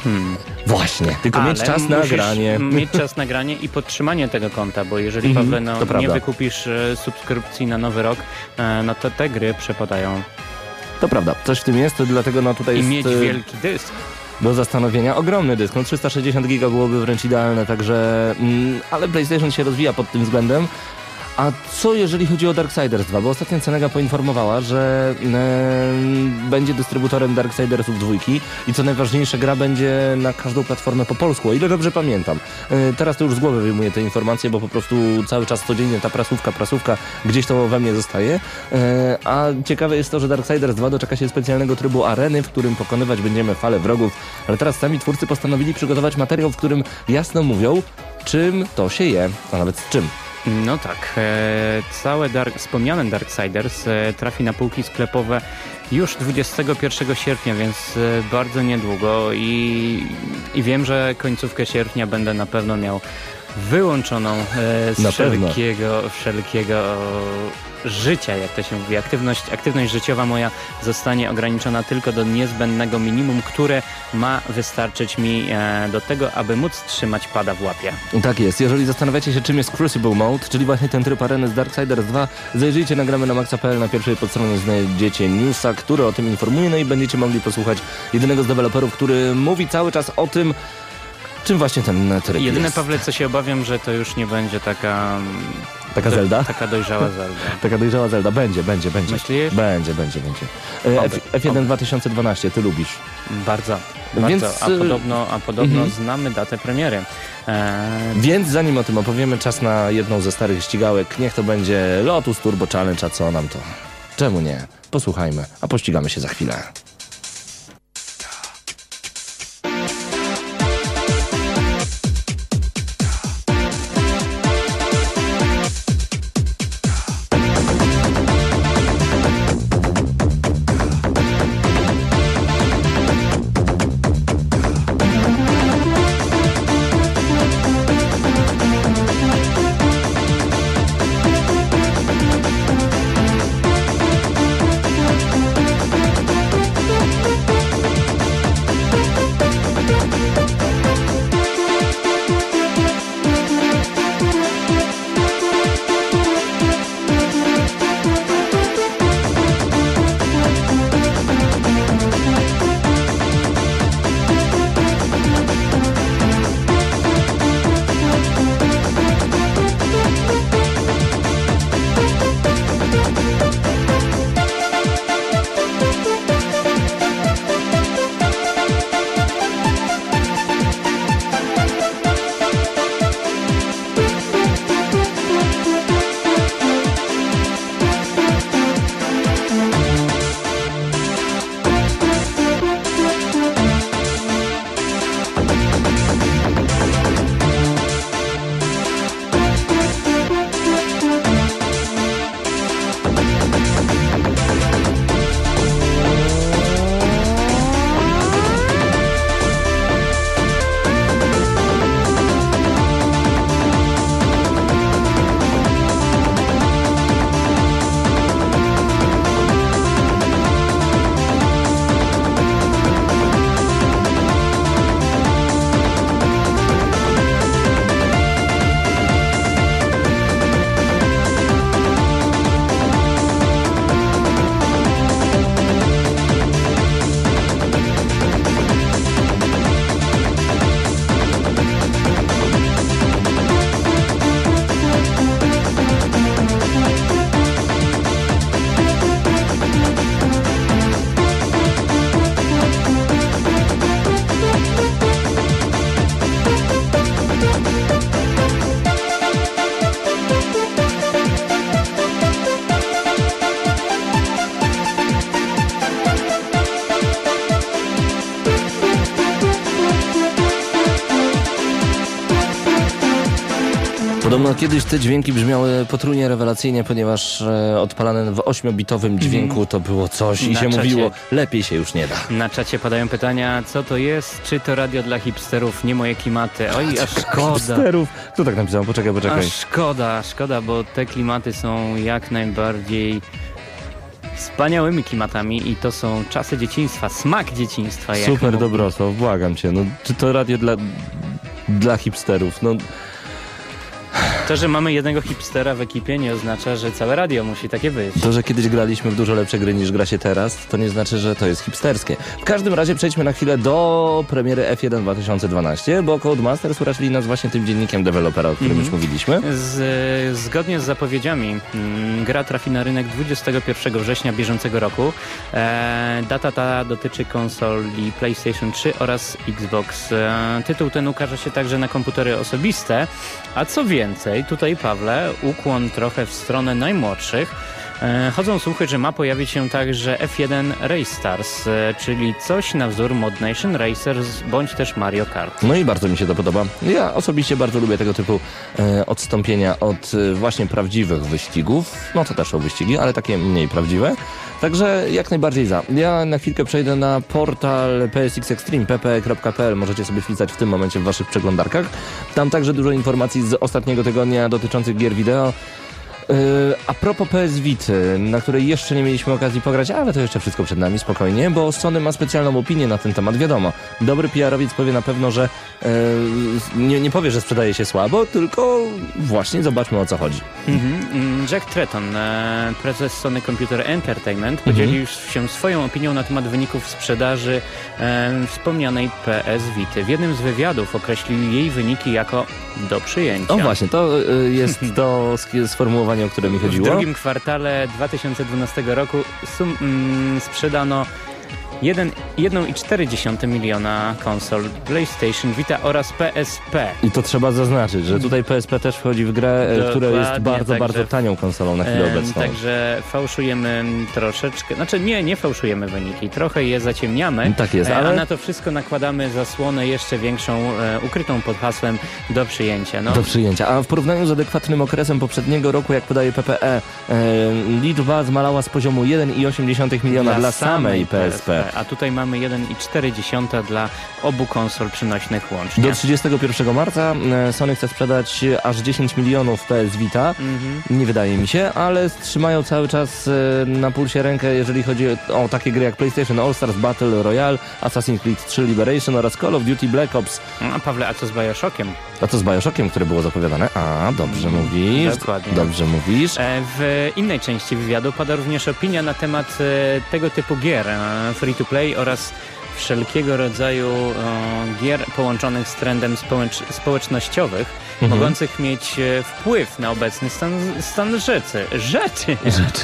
Hmm. Właśnie, tylko Ale mieć czas na musisz granie. mieć czas na granie i podtrzymanie tego konta, bo jeżeli, Mhm, Pawle, no, to nie prawda. wykupisz e, subskrypcji na nowy rok, e, no to te gry przepadają. To prawda, coś w tym jest, dlatego no tutaj I jest mieć y, wielki dysk. do zastanowienia ogromny dysk. No trzysta sześćdziesiąt giga byłoby wręcz idealne, także... Mm, ale PlayStation się rozwija pod tym względem. A co jeżeli chodzi o Darksiders dwa? Bo ostatnio Cenega poinformowała, że e, będzie dystrybutorem Darksidersów dwójki i co najważniejsze, gra będzie na każdą platformę po polsku, o ile dobrze pamiętam. E, teraz to już z głowy wyjmuję te informacje, bo po prostu cały czas codziennie ta prasówka, prasówka gdzieś to we mnie zostaje. E, a ciekawe jest to, że Darksiders dwa doczeka się specjalnego trybu areny, w którym pokonywać będziemy falę wrogów, ale teraz sami twórcy postanowili przygotować materiał, w którym jasno mówią, czym to się je, a nawet z czym. No tak, e, całe dark, wspomniane Darksiders e, trafi na półki sklepowe już dwudziestego pierwszego sierpnia, więc e, bardzo niedługo i, i wiem, że końcówkę sierpnia będę na pewno miał wyłączoną e, z Na pewno. wszelkiego, wszelkiego życia, jak to się mówi. Aktywność, aktywność życiowa moja zostanie ograniczona tylko do niezbędnego minimum, które ma wystarczyć mi e, do tego, aby móc trzymać pada w łapie. Tak jest. Jeżeli zastanawiacie się, czym jest Crucible Mode, czyli właśnie ten tryb areny z Darksiders dwa, zajrzyjcie na gramy na maxa kropka p l. Na pierwszej podstronie znajdziecie newsa, który o tym informuje, no i będziecie mogli posłuchać jedynego z deweloperów, który mówi cały czas o tym, czym właśnie ten tryb Jedyne, jest. Pawle, co się obawiam, że to już nie będzie taka... Taka do, Zelda? Taka dojrzała Zelda. Taka dojrzała Zelda. Będzie, będzie, będzie. Myślisz? Będzie, będzie, będzie. E, Oby, F, F jeden dwa tysiące dwanaście, ty lubisz. Bardzo, Więc, bardzo. A podobno, a podobno mhm. znamy datę premiery. E, Więc zanim o tym opowiemy, czas na jedną ze starych ścigałek. Niech to będzie Lotus Turbo Challenge, a co nam to? Czemu nie? Posłuchajmy, a pościgamy się za chwilę. Podobno kiedyś te dźwięki brzmiały potrójnie rewelacyjnie, ponieważ e, odpalane w ośmiobitowym dźwięku to było coś i Na się czacie. mówiło, lepiej się już nie da. Na czacie padają pytania, co to jest, czy to radio dla hipsterów, nie moje klimaty. Oj, a szkoda. Hipsterów. Kto tak napisał? Poczekaj, A poczekaj. szkoda, szkoda, bo te klimaty są jak najbardziej wspaniałymi klimatami i to są czasy dzieciństwa, smak dzieciństwa. Jak Super mógł- Dobrosław, błagam cię. No, czy to radio dla, dla hipsterów? No, To, że mamy jednego hipstera w ekipie nie oznacza, że całe radio musi takie być. to, że kiedyś graliśmy w dużo lepsze gry niż gra się teraz, to nie znaczy, że to jest hipsterskie. W każdym razie przejdźmy na chwilę do premiery F jeden dwa tysiące dwanaście, bo Codemasters uraczyli nas właśnie tym dziennikiem dewelopera, o którym Mhm. już mówiliśmy. Z, zgodnie z zapowiedziami mm, gra trafi na rynek dwudziestego pierwszego września bieżącego roku. E, data ta dotyczy konsoli PlayStation trzy oraz Xbox. E, tytuł ten ukaże się także na komputery osobiste, a co więcej, tutaj Pawle, ukłon trochę w stronę najmłodszych. E, chodzą słuchy, że ma pojawić się także F jeden Race Stars, e, czyli coś na wzór Mod Nation Racers bądź też Mario Kart. No i bardzo mi się to podoba. Ja osobiście bardzo lubię tego typu e, odstąpienia od e, właśnie prawdziwych wyścigów. No to też są wyścigi, ale takie mniej prawdziwe. Także jak najbardziej za. Ja na chwilkę przejdę na portal P S X Extreme, p p e kropka p l. Możecie sobie wpisać w tym momencie w waszych przeglądarkach. Tam także dużo informacji z ostatniego tygodnia dotyczących gier wideo. Yy, a propos P S Vity, na której jeszcze nie mieliśmy okazji pograć, ale to jeszcze wszystko przed nami, spokojnie, bo Sony ma specjalną opinię na ten temat, wiadomo. Dobry P R owiec powie na pewno, że yy, nie, nie powie, że sprzedaje się słabo, tylko właśnie zobaczmy, o co chodzi. Mhm. Jack Tretton, e, prezes Sony Computer Entertainment, podzielił się swoją opinią na temat wyników sprzedaży e, wspomnianej P S Vity. W jednym z wywiadów określił jej wyniki jako do przyjęcia. O właśnie, to yy, jest to sk- sformułowanie, o które mi W chodziło. drugim kwartale dwa tysiące dwunastego roku sum, mm, sprzedano jeden i cztery miliona konsol PlayStation Vita oraz P S P. I to trzeba zaznaczyć, że tutaj P S P też wchodzi w grę, e, która jest Dokładnie, bardzo, także- bardzo tanią konsolą na chwilę Em, obecną. Także fałszujemy troszeczkę, znaczy nie, nie fałszujemy wyniki, trochę je zaciemniamy, Tak jest, e, ale- a na to wszystko nakładamy zasłonę jeszcze większą, e, ukrytą pod hasłem do przyjęcia. No, Do przyjęcia. A w porównaniu z adekwatnym okresem poprzedniego roku, jak podaje P P E, e liczba zmalała z poziomu jeden i osiem miliona dla samej P S P. A tutaj mamy jeden i cztery dla obu konsol przenośnych łącznie. Do trzydziestego pierwszego marca e, Sony chce sprzedać aż dziesięć milionów P S Vita. Mhm. Nie wydaje mi się, ale trzymają cały czas e, na pulsie rękę, jeżeli chodzi o takie gry jak PlayStation All Stars Battle Royale, Assassin's Creed trzy Liberation oraz Call of Duty Black Ops. A Pawle, a co z Bioshockiem? A to z Bioshockiem, które było zapowiadane. A, dobrze mówisz. Dokładnie. Dobrze mówisz. E, W innej części wywiadu pada również opinia na temat e, tego typu gier e, free-to-play oraz wszelkiego rodzaju e, gier połączonych z trendem społecz- społecznościowych, Mhm. mogących mieć e, wpływ na obecny stan, stan rzeczy. Rzeczy! Rzecz.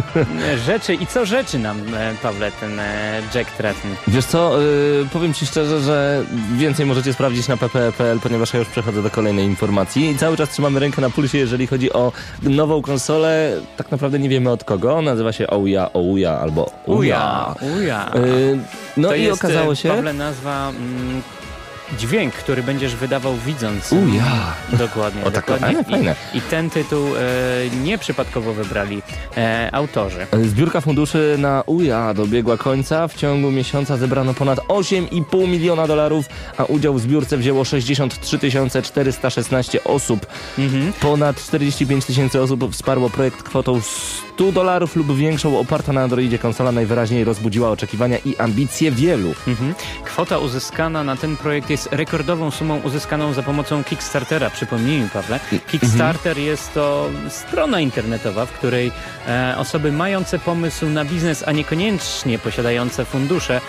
Rzeczy. I co rzeczy nam, e, Pawle, ten e, Jack Tretton? Wiesz co, yy, powiem ci szczerze, że więcej możecie sprawdzić na p p e kropka p l, ponieważ ja już przechodzę do kolejnej informacji i cały czas trzymamy rękę na pulsie, jeżeli chodzi o nową konsolę. Tak naprawdę nie wiemy od kogo. Nazywa się Ouya, Ouya albo Ouya. Uja! Yy, no To i jest, okazało e, się... Pawle, nazwa... Mm, dźwięk, który będziesz wydawał widząc. Uja! Dokładnie. O, tak, dokładnie. fajne, fajne. I, I ten tytuł e, nieprzypadkowo wybrali e, autorzy. Zbiórka funduszy na Ouya dobiegła końca. W ciągu miesiąca zebrano ponad osiem i pół miliona dolarów, a udział w zbiórce wzięło sześćdziesiąt trzy tysiące czterysta szesnaście osób. Mhm. Ponad czterdzieści pięć tysięcy osób wsparło projekt kwotą sto dolarów lub większą. Oparta na Androidzie konsola najwyraźniej rozbudziła oczekiwania i ambicje wielu. Mhm. Kwota uzyskana na ten projekt jest rekordową sumą uzyskaną za pomocą Kickstartera. Przypomnijmy, Pawle. Kickstarter jest to strona internetowa, w której e, osoby mające pomysł na biznes, a niekoniecznie posiadające fundusze,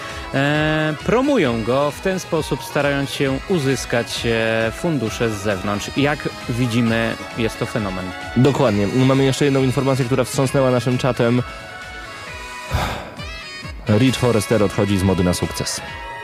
e, promują go w ten sposób, starając się uzyskać e, fundusze z zewnątrz. Jak widzimy, jest to fenomen. Dokładnie. Mamy jeszcze jedną informację, która wstrząsnęła naszym czatem. Ridge Forrester odchodzi z mody na sukces.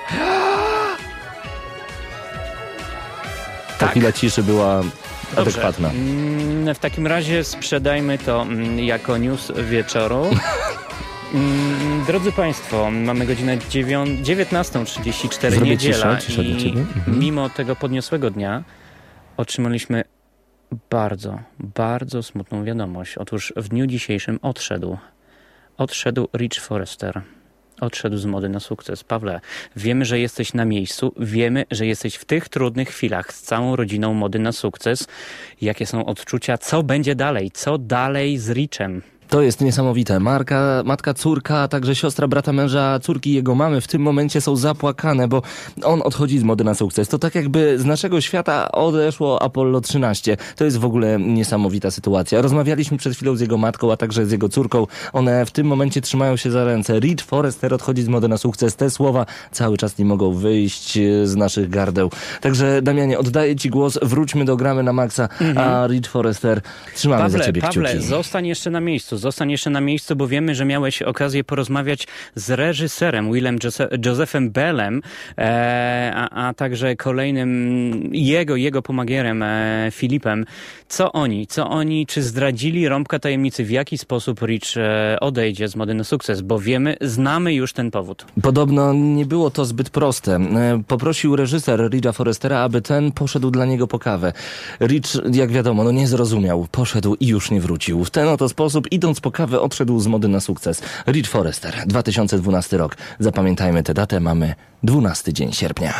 Ta Tak. chwila ciszy była adekwatna. Mm, W takim razie sprzedajmy to mm, jako news wieczoru. Mm, Drodzy Państwo, mamy godzinę dziewią- dziewiętnasta trzydzieści cztery, Zrobię niedziela ciszę, ciszę dla i ciebie. Mhm. mimo tego podniosłego dnia otrzymaliśmy bardzo, bardzo smutną wiadomość. Otóż w dniu dzisiejszym odszedł. Odszedł Ridge Forrester. Odszedł z mody na sukces. Pawle, wiemy, że jesteś na miejscu, wiemy, że jesteś w tych trudnych chwilach z całą rodziną mody na sukces. Jakie są odczucia? Co będzie dalej? Co dalej z Richem? To jest niesamowite. Marka, matka, córka, a także siostra brata męża córki i jego mamy w tym momencie są zapłakane, bo on odchodzi z Mody na sukces. To tak jakby z naszego świata odeszło Apollo trzynaście. To jest w ogóle niesamowita sytuacja. Rozmawialiśmy przed chwilą z jego matką, a także z jego córką. One w tym momencie trzymają się za ręce. Reed Forrester odchodzi z Mody na sukces. Te słowa cały czas nie mogą wyjść z naszych gardeł. Także Damianie, oddaję ci głos. Wróćmy do Gramy na Maksa, mhm. a Reed Forrester, trzymamy Pawle, za ciebie Pawle, kciuki. zostań jeszcze na miejscu. Zostań jeszcze na miejscu, bo wiemy, że miałeś okazję porozmawiać z reżyserem Willem Jose- Josephem Bellem, e, a, a także kolejnym jego, jego pomagierem e, Filipem. Co oni? Co oni? Czy zdradzili rąbka tajemnicy, w jaki sposób Rich e, odejdzie z Mody na sukces? Bo wiemy, znamy już ten powód. Podobno nie było to zbyt proste. E, Poprosił reżyser Reeda Forrestera, aby ten poszedł dla niego po kawę. Rich, jak wiadomo, no nie zrozumiał. Poszedł i już nie wrócił. W ten oto sposób, idąc po kawę, odszedł z Mody na sukces. Reed Forrester, dwa tysiące dwunasty rok. Zapamiętajmy tę datę, mamy dwunasty dzień sierpnia.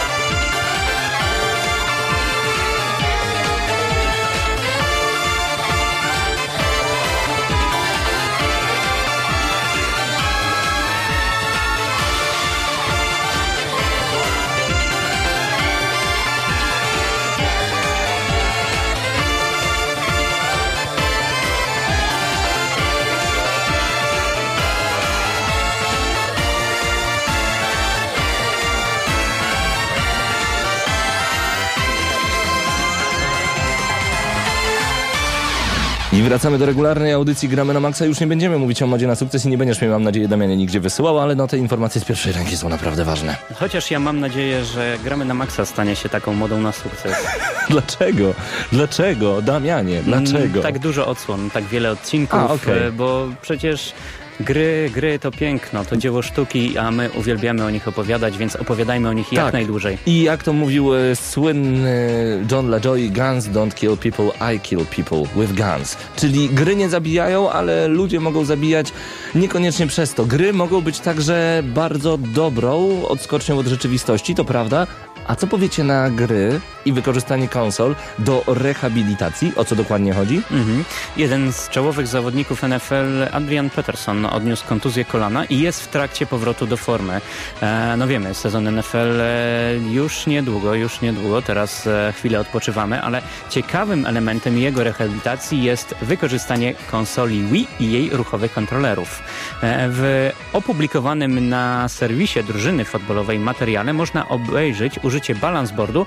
I wracamy do regularnej audycji Gramy na Maxa. Już nie będziemy mówić o Modzie na sukces i nie będziesz mnie, mam nadzieję, Damianie, nigdzie wysyłał, ale no te informacje z pierwszej ręki są naprawdę ważne. Chociaż ja mam nadzieję, że Gramy na Maxa stanie się taką modą na sukces. Dlaczego? Dlaczego? Damianie, dlaczego? Mm, tak dużo odsłon, tak wiele odcinków, A, okay. bo przecież gry, gry to piękno, to dzieło sztuki, a my uwielbiamy o nich opowiadać, więc opowiadajmy o nich jak tak. najdłużej. I jak to mówił e, słynny John LaJoy, guns don't kill people, I kill people with guns. Czyli gry nie zabijają, ale ludzie mogą zabijać niekoniecznie przez to. Gry mogą być także bardzo dobrą odskocznią od rzeczywistości, to prawda. A co powiecie na gry i wykorzystanie konsol do rehabilitacji? O co dokładnie chodzi? Mhm. Jeden z czołowych zawodników N F L, Adrian Peterson, odniósł kontuzję kolana i jest w trakcie powrotu do formy. E, no wiemy, sezon N F L e, już niedługo, już niedługo, teraz e, chwilę odpoczywamy, ale ciekawym elementem jego rehabilitacji jest wykorzystanie konsoli Wii i jej ruchowych kontrolerów. E, w opublikowanym na serwisie drużyny futbolowej materiale można obejrzeć użycie balance boardu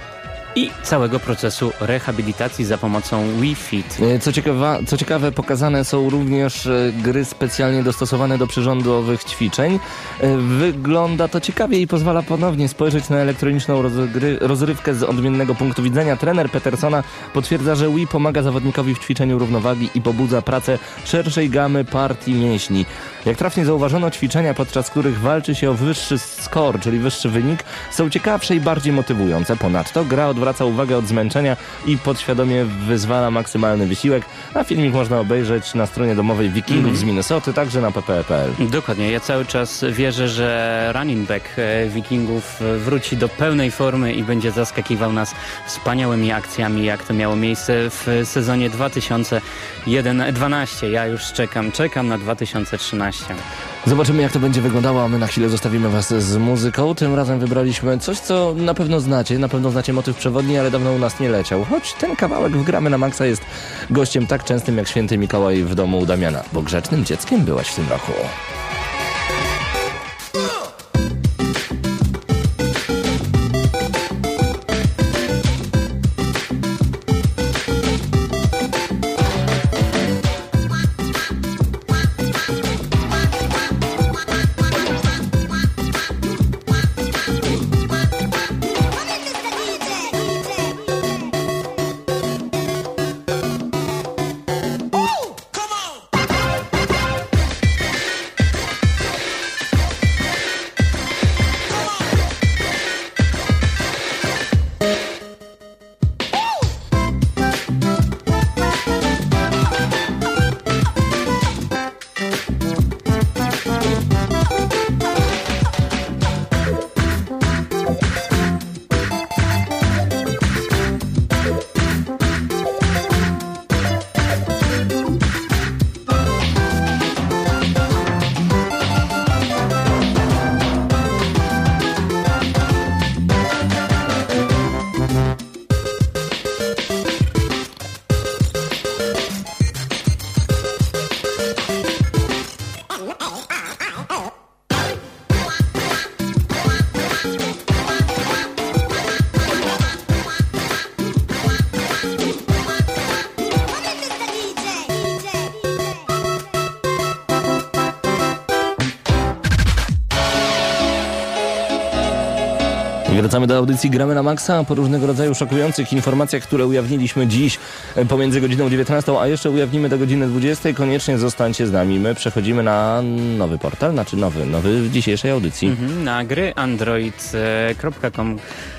i całego procesu rehabilitacji za pomocą Wii Fit. Co ciekawe, co ciekawe, pokazane są również gry specjalnie dostosowane do przyrządowych ćwiczeń. Wygląda to ciekawie i pozwala ponownie spojrzeć na elektroniczną rozgry- rozrywkę z odmiennego punktu widzenia. Trener Petersona potwierdza, że Wii pomaga zawodnikowi w ćwiczeniu równowagi i pobudza pracę szerszej gamy partii mięśni. Jak trafnie zauważono, ćwiczenia, podczas których walczy się o wyższy score, czyli wyższy wynik, są ciekawsze i bardziej motywujące. Ponadto gra odwraca uwagę od zmęczenia i podświadomie wyzwala maksymalny wysiłek, a filmik można obejrzeć na stronie domowej Wikingów mm. z Minnesoty, także na p p kropka p l. Dokładnie, ja cały czas wierzę, że running back Wikingów wróci do pełnej formy i będzie zaskakiwał nas wspaniałymi akcjami, jak to miało miejsce w sezonie dwa tysiące dwunastym. Ja już czekam, czekam na dwa tysiące trzynastym. Zobaczymy, jak to będzie wyglądało, a my na chwilę zostawimy was z muzyką. Tym razem wybraliśmy coś, co na pewno znacie. Na pewno znacie motyw przewodni, ale dawno u nas nie leciał. Choć ten kawałek w Gramy na Maxa jest gościem tak częstym jak święty Mikołaj w domu u Damiana, bo grzecznym dzieckiem byłaś w tym roku. Wracamy do audycji Gramy na Maxa po różnego rodzaju szokujących informacjach, które ujawniliśmy dziś pomiędzy godziną dziewiętnastą, a jeszcze ujawnimy do godziny dwudziestej. Koniecznie zostańcie z nami. My przechodzimy na nowy portal, znaczy nowy, nowy w dzisiejszej audycji. Mhm, na gry android kropka com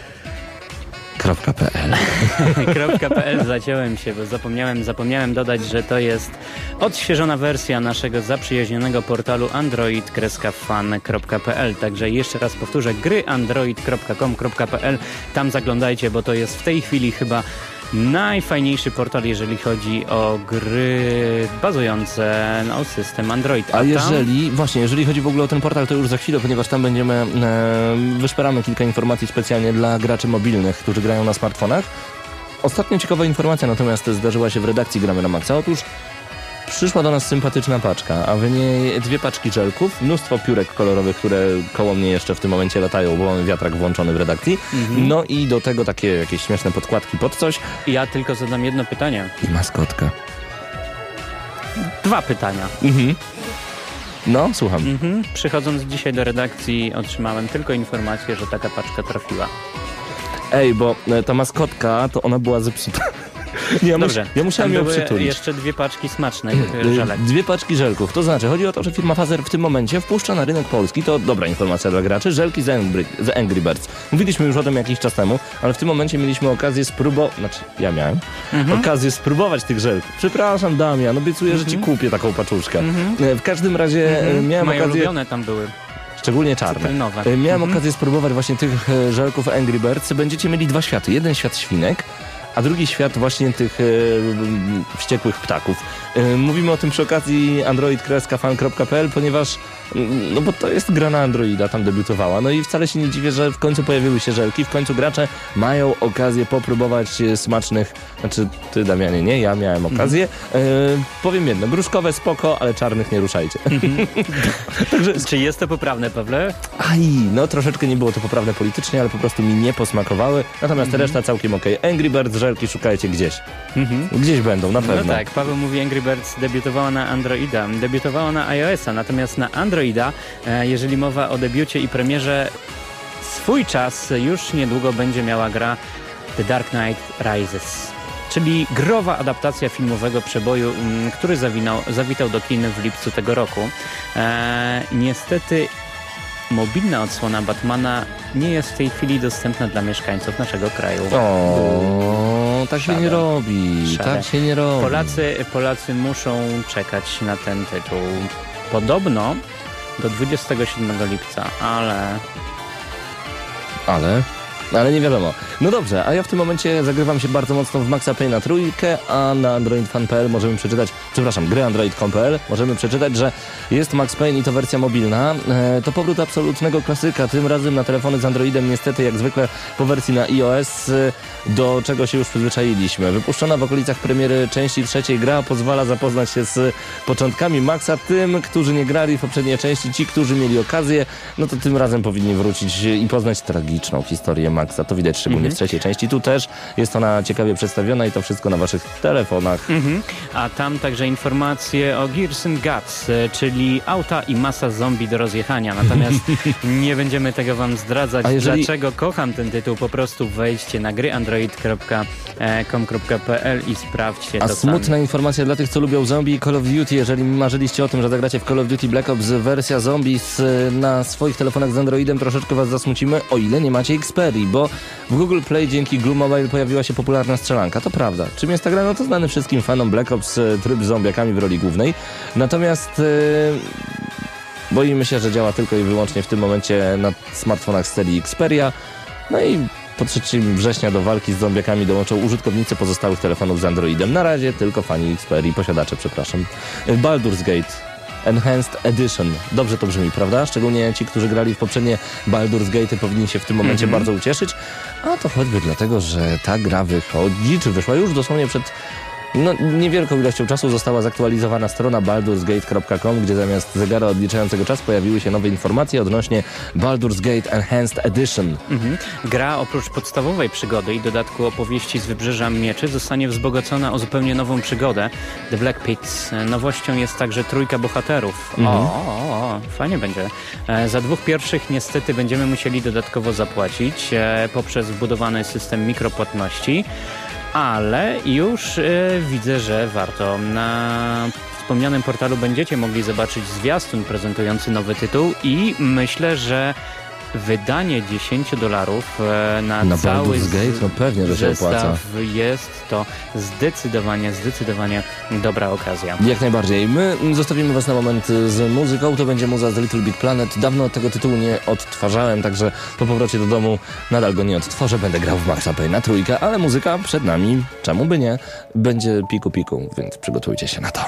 .pl .pl zaciąłem się, bo zapomniałem, zapomniałem dodać, że to jest odświeżona wersja naszego zaprzyjaźnionego portalu android fan kropka p l. Także jeszcze raz powtórzę, gry android kropka com kropka p l. Tam zaglądajcie, bo to jest w tej chwili chyba najfajniejszy portal, jeżeli chodzi o gry bazujące na system Android. A, A jeżeli, tam... właśnie, jeżeli chodzi w ogóle o ten portal, to już za chwilę, ponieważ tam będziemy, e, wyszperamy kilka informacji specjalnie dla graczy mobilnych, którzy grają na smartfonach. Ostatnio ciekawa informacja natomiast zdarzyła się w redakcji Gramy na Maxa. Otóż przyszła do nas sympatyczna paczka, a w niej dwie paczki żelków, mnóstwo piórek kolorowych, które koło mnie jeszcze w tym momencie latają, bo mamy wiatrak włączony w redakcji. Mhm. No i do tego takie jakieś śmieszne podkładki pod coś. Ja tylko zadam jedno pytanie. I maskotka. Dwa pytania. Mhm. No, słucham. Mhm. Przychodząc dzisiaj do redakcji otrzymałem tylko informację, że taka paczka trafiła. Ej, bo ta maskotka, to ona była zepsuta. Ja, Dobrze. ja musiałem ją przytulić. Jeszcze dwie paczki smacznych żelek. Dwie paczki żelków. To znaczy, chodzi o to, że firma Fazer w tym momencie wpuszcza na rynek polski, to dobra informacja dla graczy, żelki z Angry, z Angry Birds. Mówiliśmy już o tym jakiś czas temu, ale w tym momencie mieliśmy okazję spróbować, znaczy ja miałem mhm. okazję spróbować tych żelków. Przepraszam, Damian, obiecuję, mhm. że ci kupię taką paczuszkę. Mhm. W każdym razie mhm. miałem Moje okazję... ulubione tam były. Szczególnie czarne. Cytrynowe. Miałem mhm. okazję spróbować właśnie tych żelków Angry Birds. Będziecie mieli dwa światy. Jeden świat świnek, a drugi świat właśnie tych e, wściekłych ptaków. E, mówimy o tym przy okazji android fan kropka p l, ponieważ no bo to jest gra na Androida, tam debiutowała. No i wcale się nie dziwię, że w końcu pojawiły się żelki, w końcu gracze mają okazję popróbować smacznych, znaczy ty, Damianie, nie, ja miałem okazję. E, powiem jedno, gruszkowe spoko, ale czarnych nie ruszajcie. Także... Czy jest to poprawne, Pawle? Aj, no troszeczkę nie było to poprawne politycznie, ale po prostu mi nie posmakowały. Natomiast mm-hmm. reszta całkiem okej. Okay. Angry Birds żelki szukajcie gdzieś. Mm-hmm. Gdzieś będą, na pewno. No tak, Paweł mówi, Angry Birds debiutowała na Androida, debiutowała na iOS-a, natomiast na Androida, jeżeli mowa o debiucie i premierze, swój czas już niedługo będzie miała gra The Dark Knight Rises, czyli growa adaptacja filmowego przeboju, który zawinął, zawitał do kin w lipcu tego roku. Eee, niestety mobilna odsłona Batmana nie jest w tej chwili dostępna dla mieszkańców naszego kraju. O, tak się nie robi. Szale. Tak się nie robi. Polacy, Polacy muszą czekać na ten tytuł. Podobno do dwudziestego siódmego lipca, ale... Ale... Ale nie wiadomo. No dobrze, a ja w tym momencie zagrywam się bardzo mocno w Maxa Payne'a trójkę, a na android fan kropka p l możemy przeczytać, przepraszam, gry android kropka com kropka p l możemy przeczytać, że jest Max Payne i to wersja mobilna. E, to powrót absolutnego klasyka, tym razem na telefony z Androidem, niestety jak zwykle po wersji na iOS, e, do czego się już przyzwyczailiśmy. Wypuszczona w okolicach premiery części trzeciej gra pozwala zapoznać się z początkami Maxa. Tym, którzy nie grali w poprzedniej części, ci, którzy mieli okazję, no to tym razem powinni wrócić i poznać tragiczną historię Maxa. To widać szczególnie mm-hmm. w trzeciej części. Tu też jest ona ciekawie przedstawiona i to wszystko na waszych telefonach. Mm-hmm. A tam także informacje o Gears and Guts, czyli auta i masa zombie do rozjechania. Natomiast nie będziemy tego wam zdradzać, jeżeli... dlaczego kocham ten tytuł. Po prostu wejdźcie na gry android kropka com kropka p l i sprawdźcie to. A smutna sami. informacja dla tych, co lubią zombie i Call of Duty. Jeżeli marzyliście o tym, że zagracie w Call of Duty Black Ops wersja zombie z, na swoich telefonach z Androidem, troszeczkę was zasmucimy, o ile nie macie Xperii, bo w Google Play dzięki Glue Mobile pojawiła się popularna strzelanka. To prawda. Czym jest ta gra? No to znany wszystkim fanom Black Ops tryb z zombiakami w roli głównej. Natomiast yy, boimy się, że działa tylko i wyłącznie w tym momencie na smartfonach z serii Xperia. No i po trzeciego września do walki z zombiakami dołączą użytkownicy pozostałych telefonów z Androidem. Na razie tylko fani Xperii, posiadacze, przepraszam. Baldur's Gate Enhanced Edition. Dobrze to brzmi, prawda? Szczególnie ci, którzy grali w poprzednie Baldur's Gate'y, powinni się w tym momencie mm-hmm. bardzo ucieszyć. A to choćby dlatego, że ta gra wychodzi, czy wyszła już dosłownie przed No, niewielką ilością czasu została zaktualizowana strona baldur's gate kropka com, gdzie zamiast zegara odliczającego czas pojawiły się nowe informacje odnośnie Baldur's Gate Enhanced Edition. Mhm. Gra oprócz podstawowej przygody i dodatku opowieści z Wybrzeża Mieczy zostanie wzbogacona o zupełnie nową przygodę, The Black Pits. Nowością jest także trójka bohaterów. Mhm. O, o, o, fajnie będzie. E, za dwóch pierwszych niestety będziemy musieli dodatkowo zapłacić e, poprzez wbudowany system mikropłatności. Ale już y, widzę, że warto. Na wspomnianym portalu będziecie mogli zobaczyć zwiastun prezentujący nowy tytuł i myślę, że wydanie dziesięć dolarów e, na, na cały Baldur's Gate, no pewnie, że się opłaca. Jest to zdecydowanie, zdecydowanie dobra okazja. Jak najbardziej. My zostawimy was na moment z muzyką. To będzie muza z Little Big Planet. Dawno tego tytułu nie odtwarzałem, także po powrocie do domu nadal go nie odtworzę. Będę grał w Maxa Payne na trójkę, ale muzyka przed nami, czemu by nie, będzie piku piku, więc przygotujcie się na to.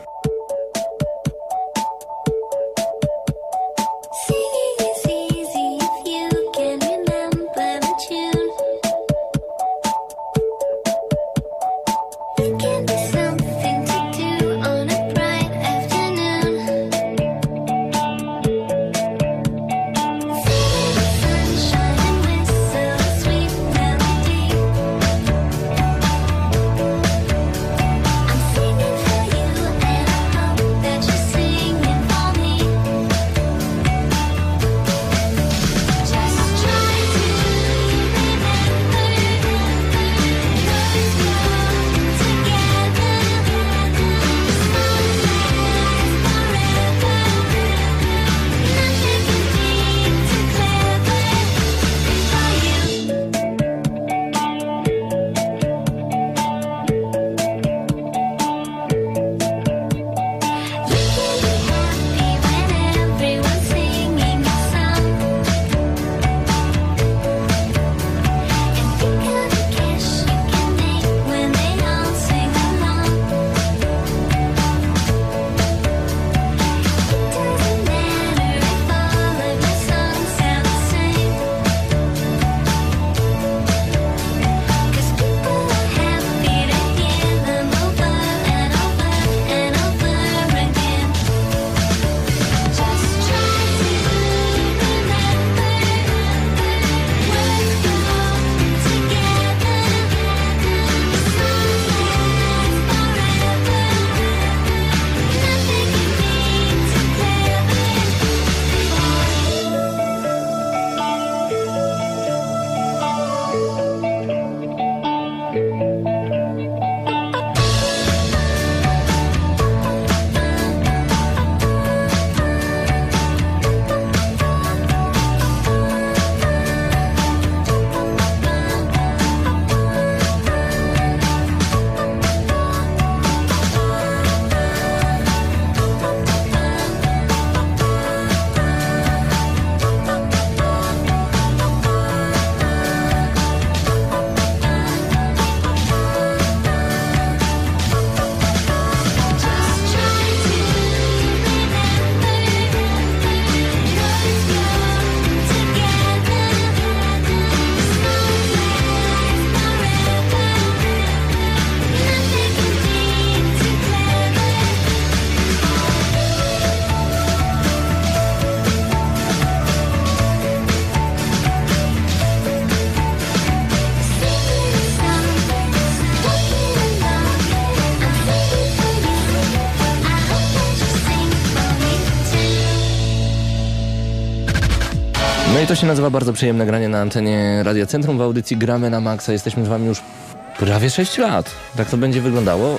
No i to się nazywa bardzo przyjemne granie na antenie Radia Centrum. W audycji Gramy na Maxa. Jesteśmy z wami już prawie sześć lat. Tak to będzie wyglądało.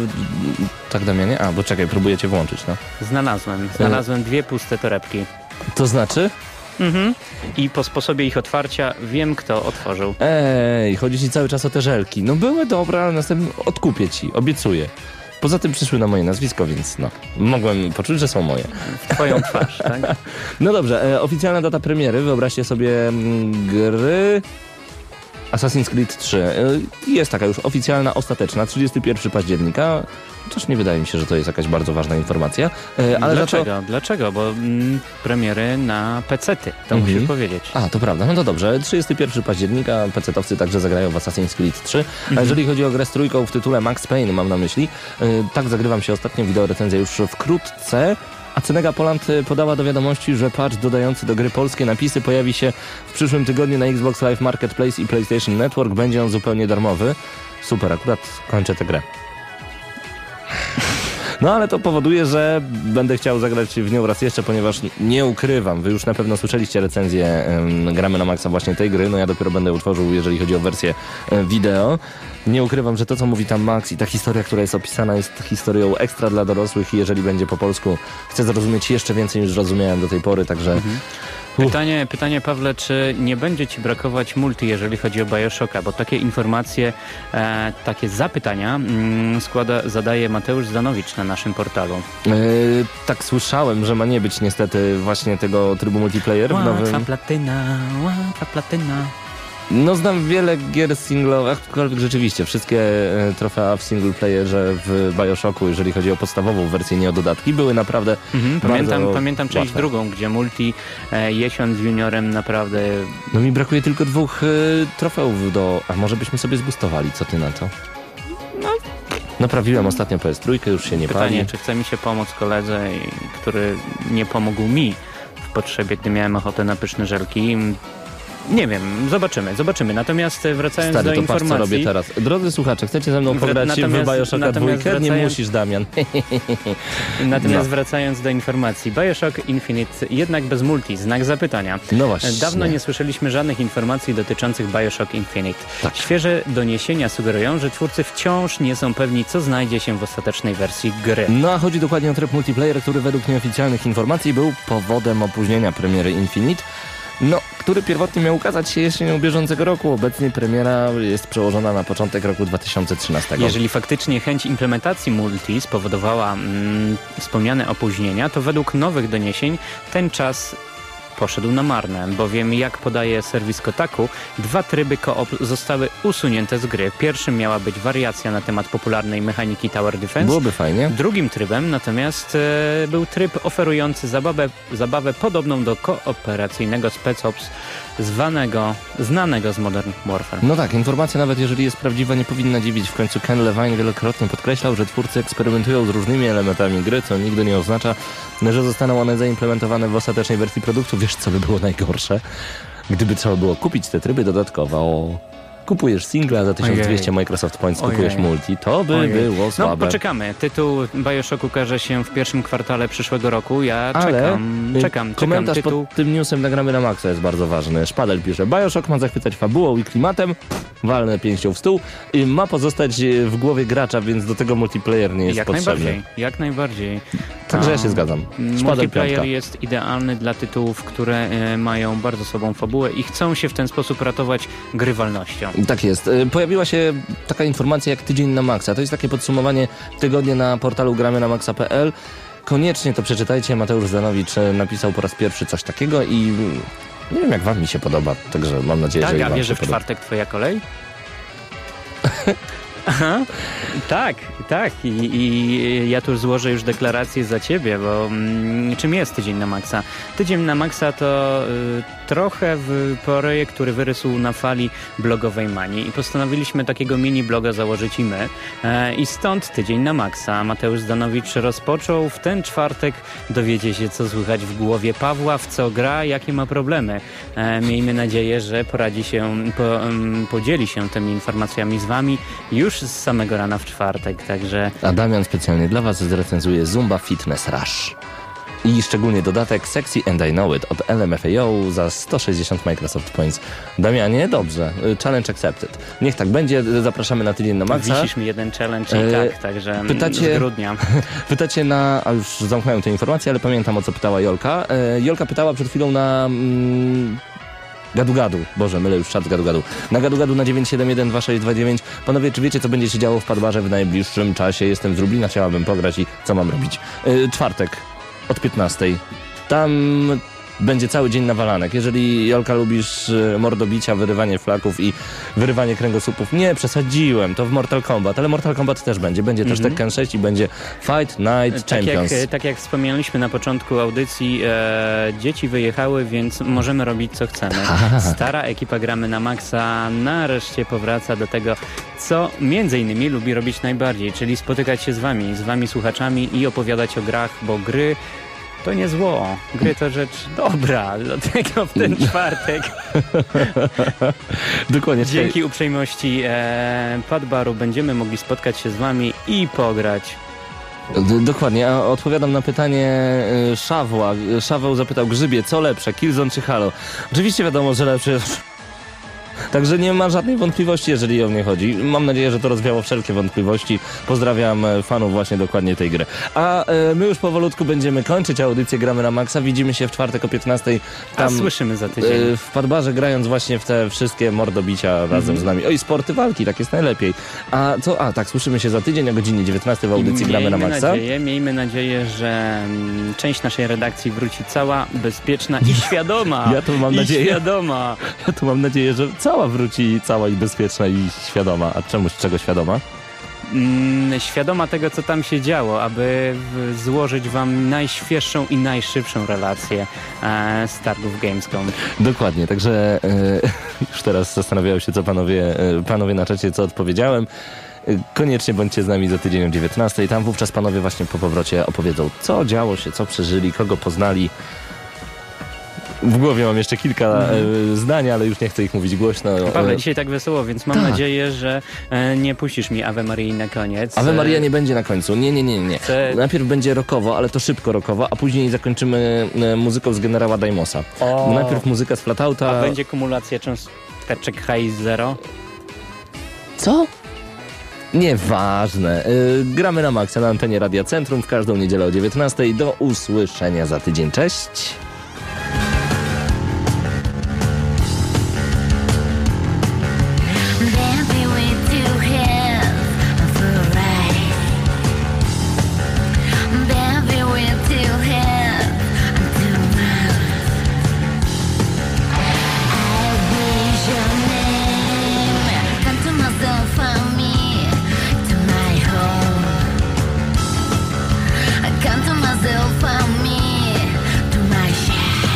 Yy, tak, Damianie? A, bo czekaj, próbuję cię włączyć, no. Znalazłem. Znalazłem dwie puste torebki. To znaczy? Mhm. I po sposobie ich otwarcia wiem, kto otworzył. Ej, chodzi ci cały czas o te żelki. No były dobre, ale następnie odkupię ci, obiecuję. Poza tym przyszły na moje nazwisko, więc no, mogłem poczuć, że są moje. W twoją twarz, tak? No dobrze, e, oficjalna data premiery, wyobraźcie sobie m, gry... Assassin's Creed trzy. Jest taka już oficjalna, ostateczna, trzydziestego pierwszego października. Chociaż nie wydaje mi się, że to jest jakaś bardzo ważna informacja. Ale Dlaczego? Za to... Dlaczego? Bo mm, premiery na pecety, to Mhm. musisz powiedzieć. A, to prawda. No to dobrze. trzydziestego pierwszego października pecetowcy także zagrają w Assassin's Creed trzy. A jeżeli chodzi o grę z trójką w tytule Max Payne, mam na myśli, yy, tak zagrywam się ostatnio, wideorecenzja już wkrótce. A Cenega Poland podała do wiadomości, że patch dodający do gry polskie napisy pojawi się w przyszłym tygodniu na Xbox Live Marketplace i PlayStation Network. Będzie on zupełnie darmowy. Super, akurat kończę tę grę. No ale to powoduje, że będę chciał zagrać w nią raz jeszcze, ponieważ nie ukrywam, wy już na pewno słyszeliście recenzję um, Gramy na Maxa właśnie tej gry, no ja dopiero będę utworzył, jeżeli chodzi o wersję um, wideo. Nie ukrywam, że to, co mówi tam Max i ta historia, która jest opisana, jest historią ekstra dla dorosłych i jeżeli będzie po polsku, chcę zrozumieć jeszcze więcej niż zrozumiałem do tej pory, także... Mhm. Pytanie, pytanie, Pawle, czy nie będzie ci brakować multi, jeżeli chodzi o Bioshocka, bo takie informacje, e, takie zapytania mm, składa, zadaje Mateusz Zdanowicz na naszym portalu. Yy, tak słyszałem, że ma nie być niestety właśnie tego trybu multiplayer w nowym... Łatwa platyna, łatwa platyna. No znam wiele gier singlowych, aczkolwiek rzeczywiście wszystkie e, trofea w single playerze w Bioshocku, jeżeli chodzi o podstawową wersję, nie o dodatki, były naprawdę Mhm, pamiętam, bardzo pamiętam część łatwe. drugą, gdzie multi e, Jesion z juniorem naprawdę... No mi brakuje tylko dwóch e, trofeów do... A może byśmy sobie zbustowali, co ty na to? No. Naprawiłem ostatnio P S trzy, już się nie Pytanie, pali. czy chce mi się pomóc koledze, i- który nie pomógł mi w potrzebie, gdy miałem ochotę na pyszne żelki. Nie wiem, zobaczymy, zobaczymy. Natomiast wracając Stary, do to patrz, co informacji... robię teraz. Drodzy słuchacze, chcecie ze mną Wra- pograć natomiast- w Bioshocka natomiast dwójkę? Nie wracając- musisz, Damian. Natomiast No. wracając do informacji, Bioshock Infinite jednak bez multi, znak zapytania. No właśnie. Dawno nie słyszeliśmy żadnych informacji dotyczących Bioshock Infinite. Tak. Świeże doniesienia sugerują, że twórcy wciąż nie są pewni, co znajdzie się w ostatecznej wersji gry. No a chodzi dokładnie o tryb multiplayer, który według nieoficjalnych informacji był powodem opóźnienia premiery Infinite. No, który pierwotnie miał ukazać się jesienią bieżącego roku. Obecnie premiera jest przełożona na początek roku dwa tysiące trzynastego. Jeżeli faktycznie chęć implementacji multi spowodowała mm, wspomniane opóźnienia, to według nowych doniesień ten czas poszedł na marne, bowiem jak podaje serwis Kotaku, dwa tryby co-op zostały usunięte z gry. Pierwszym miała być wariacja na temat popularnej mechaniki Tower Defense. Byłoby fajnie. Drugim trybem natomiast e, był tryb oferujący zabawę, zabawę podobną do kooperacyjnego Spec Ops zwanego, znanego z Modern Warfare. No tak, informacja nawet jeżeli jest prawdziwa nie powinna dziwić. W końcu Ken Levine wielokrotnie podkreślał, że twórcy eksperymentują z różnymi elementami gry, co nigdy nie oznacza, że zostaną one zaimplementowane w ostatecznej wersji produktu. Wiesz, co by było najgorsze? Gdyby trzeba było kupić te tryby dodatkowo. Kupujesz singla za tysiąc dwieście Ojej. Microsoft Points, Ojej. kupujesz multi. To by Ojej. było No słabe. poczekamy. Tytuł Bioshock ukaże się w pierwszym kwartale przyszłego roku. Ja Ale czekam, y, czekam, czekam. komentarz Tytuł... pod tym newsem nagramy na maksa jest bardzo ważny. Szpadel pisze, Bioshock ma zachwycać fabułą i klimatem, walnę pięścią w stół i ma pozostać y, w głowie gracza, więc do tego multiplayer nie jest Jak potrzebny. najbardziej, jak najbardziej. Także ja A, się zgadzam. Szpadel Multiplayer piątka. jest idealny dla tytułów, które e, mają bardzo sobą fabułę i chcą się w ten sposób ratować grywalnością. Tak jest. Y, Pojawiła się taka informacja jak tydzień na maksa. To jest takie podsumowanie tygodnia na portalu gramy na maxa kropka p l. Koniecznie to przeczytajcie. Mateusz Zdanowicz y, napisał po raz pierwszy coś takiego i mm, nie wiem jak wam mi się podoba, także mam nadzieję, Tak, że i a wam wiesz, się że w podoba. czwartek twoja kolej? Aha, tak, tak. I, I ja tu złożę już deklarację za ciebie, bo mm, czym jest Tydzień na Maxa? Tydzień na Maxa to y, trochę w projekt, który wyrósł na fali blogowej manii i postanowiliśmy takiego mini bloga założyć i my. E, I stąd Tydzień na Maxa. Mateusz Zdanowicz rozpoczął w ten czwartek dowiedzieć się, co słychać w głowie Pawła, w co gra, jakie ma problemy. E, miejmy nadzieję, że poradzi się, po, um, podzieli się tymi informacjami z wami już z samego rana w czwartek, także... A Damian specjalnie dla was zrecenzuje Zumba Fitness Rush. I szczególnie dodatek Sexy and I Know It od L M F A O za sto sześćdziesiąt Microsoft Points. Damianie, dobrze. Challenge accepted. Niech tak będzie. Zapraszamy na tydzień na maksa. Wisisz mi jeden challenge i E, tak, także pytacie- z grudnia. Pytacie na... A już zamknąłem tę informację, ale pamiętam o co pytała Jolka. E, Jolka pytała przed chwilą na... Mm, Gadu-gadu. Boże, mylę już czat z gadu-gadu. Na gadu-gadu na dziewięć siedem jeden dwa sześć dwa dziewięć. Panowie, czy wiecie, co będzie się działo w Padbarze w najbliższym czasie? Jestem z Lublina, chciałabym pograć i co mam robić? Yy, czwartek od piętnastej. Tam będzie cały dzień nawalanek. Jeżeli, Jolka, lubisz y, mordobicia, wyrywanie flaków i wyrywanie kręgosłupów, nie, przesadziłem, to w Mortal Kombat, ale Mortal Kombat też będzie. Będzie też Tekken sześć i będzie Fight Night Tak Champions. jak, tak jak wspomnieliśmy na początku audycji, e, dzieci wyjechały, więc możemy robić co chcemy. Stara ekipa Gramy na Maxa nareszcie powraca do tego, co między innymi lubi robić najbardziej, czyli spotykać się z wami, z wami słuchaczami i opowiadać o grach, bo gry to nie zło. Gry to rzecz dobra, dlatego w ten czwartek Dokładnie. dzięki uprzejmości e, Padbaru będziemy mogli spotkać się z wami i pograć. D- Dokładnie, a odpowiadam na pytanie y, Szawła. Szaweł zapytał Grzybie, co lepsze, Killzone czy Halo? Oczywiście wiadomo, że lepsze. Także nie ma żadnej wątpliwości, jeżeli o mnie chodzi. Mam nadzieję, że to rozwiało wszelkie wątpliwości. Pozdrawiam e, fanów właśnie dokładnie tej gry. A e, my już powolutku będziemy kończyć audycję Gramy na Maxa. Widzimy się w czwartek o piętnastej. A słyszymy za tydzień. E, w Padbarze, grając właśnie w te wszystkie mordobicia razem Mhm. z nami. O, i sporty walki, tak jest najlepiej. A co? A tak, słyszymy się za tydzień o godzinie dziewiętnastej w audycji I Gramy na miejmy Maxa. Nadzieję, miejmy nadzieję, że mm, część naszej redakcji wróci cała, bezpieczna i świadoma. Ja to mam I nadzieję. świadoma. Ja tu mam nadzieję, że cała wróci, cała i bezpieczna i świadoma. A czemuś czego świadoma? Mm, świadoma tego, co tam się działo, aby w, złożyć wam najświeższą i najszybszą relację e, z targów Gamescom. Dokładnie, także e, już teraz zastanawiają się, co panowie, e, panowie na czacie, co odpowiedziałem. E, koniecznie bądźcie z nami za tydzień o dziewiętnastej. Tam wówczas panowie właśnie po powrocie opowiedzą, co działo się, co przeżyli, kogo poznali. W głowie mam jeszcze kilka e, zdań, ale już nie chcę ich mówić głośno. Pawle, E, dzisiaj tak wesoło, więc mam tak. nadzieję, że e, nie puścisz mi Ave Marii na koniec. Ave Maria nie będzie na końcu. Nie, nie, nie, nie. Chcę- Najpierw będzie rockowo, ale to szybko rockowo, a później zakończymy e, muzyką z generała Daimosa. O. Najpierw muzyka z Flatouta. A będzie kumulacja cząsteczek H i zero? Co? Nieważne. Yy, gramy na Maxa na antenie Radia Centrum w każdą niedzielę o dziewiętnastej. Do usłyszenia za tydzień. Cześć! Dancing with two hands for a ride. Dancing with two hands to mouth. I wish your name come to myself for me, to my home. Come to myself for me, to my share.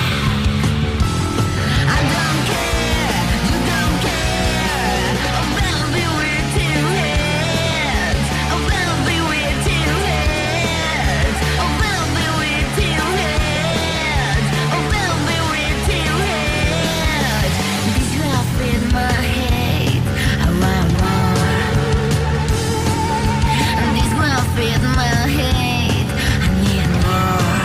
I don't care, you don't care. I'll be with two hands. I'll be with two hands. I'll be with two hands. I'll be with two hands. This will fit my head. I want more. This will fit my head. I need more.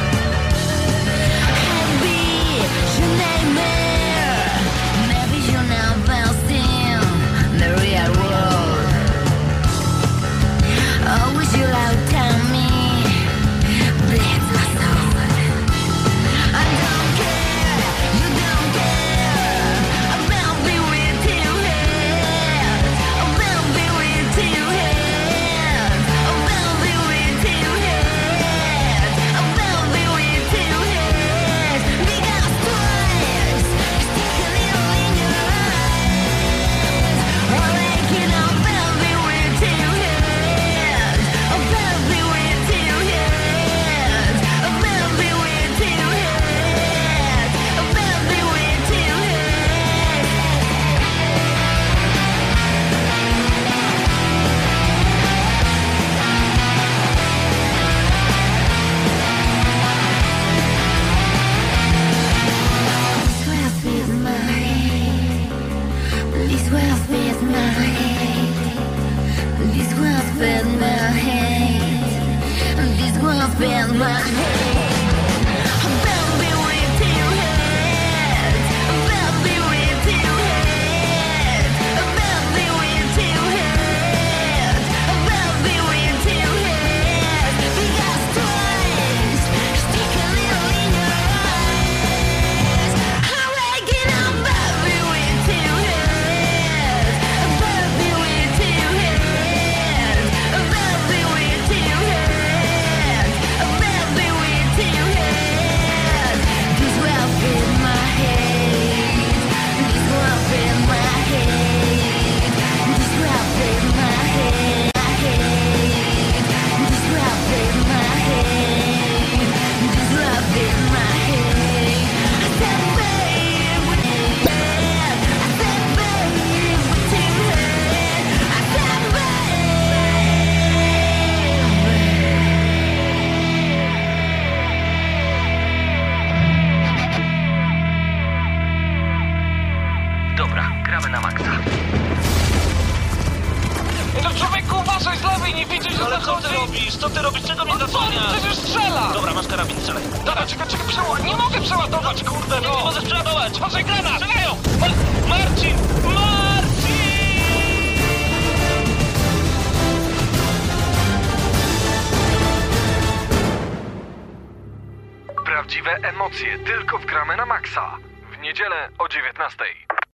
Happy, je nightmare. Maybe you're now best in the real world. Always you out tell me, bless my soul. I don't care, you don't care. I'll be with two hands. I'll be with two hands. I'll be with two hands. I'll be with two hands. Because twice, stick a little in your eyes. I'll make it, I'll be with two hands. I'll be with two hands. I'll be with two hands. I'll be with two This will fit my head. This will fit my head. This will fit my head. Baby with two hands. Baby with two hands. Baby with two hands. Baby with two hands. Because twice, stick a little in your eyes. I'm waking up, baby with two hands. Baby with two hands. Baby with two hands. Baby with Ale co ty robisz? Co ty robisz? Czego mnie No co? zasłaniasz? Przecież strzela! Dobra, masz karabin, strzelaj. Dobra, czekaj, czekaj, przeładować. Nie mogę przeładować, kurde, Nie, nie no! możesz przeładować. Patrzaj, granat! Strzelają! Ma- Marcin! Marcin! Prawdziwe emocje tylko w Gramy na Maxa. W niedzielę o dziewiętnastej.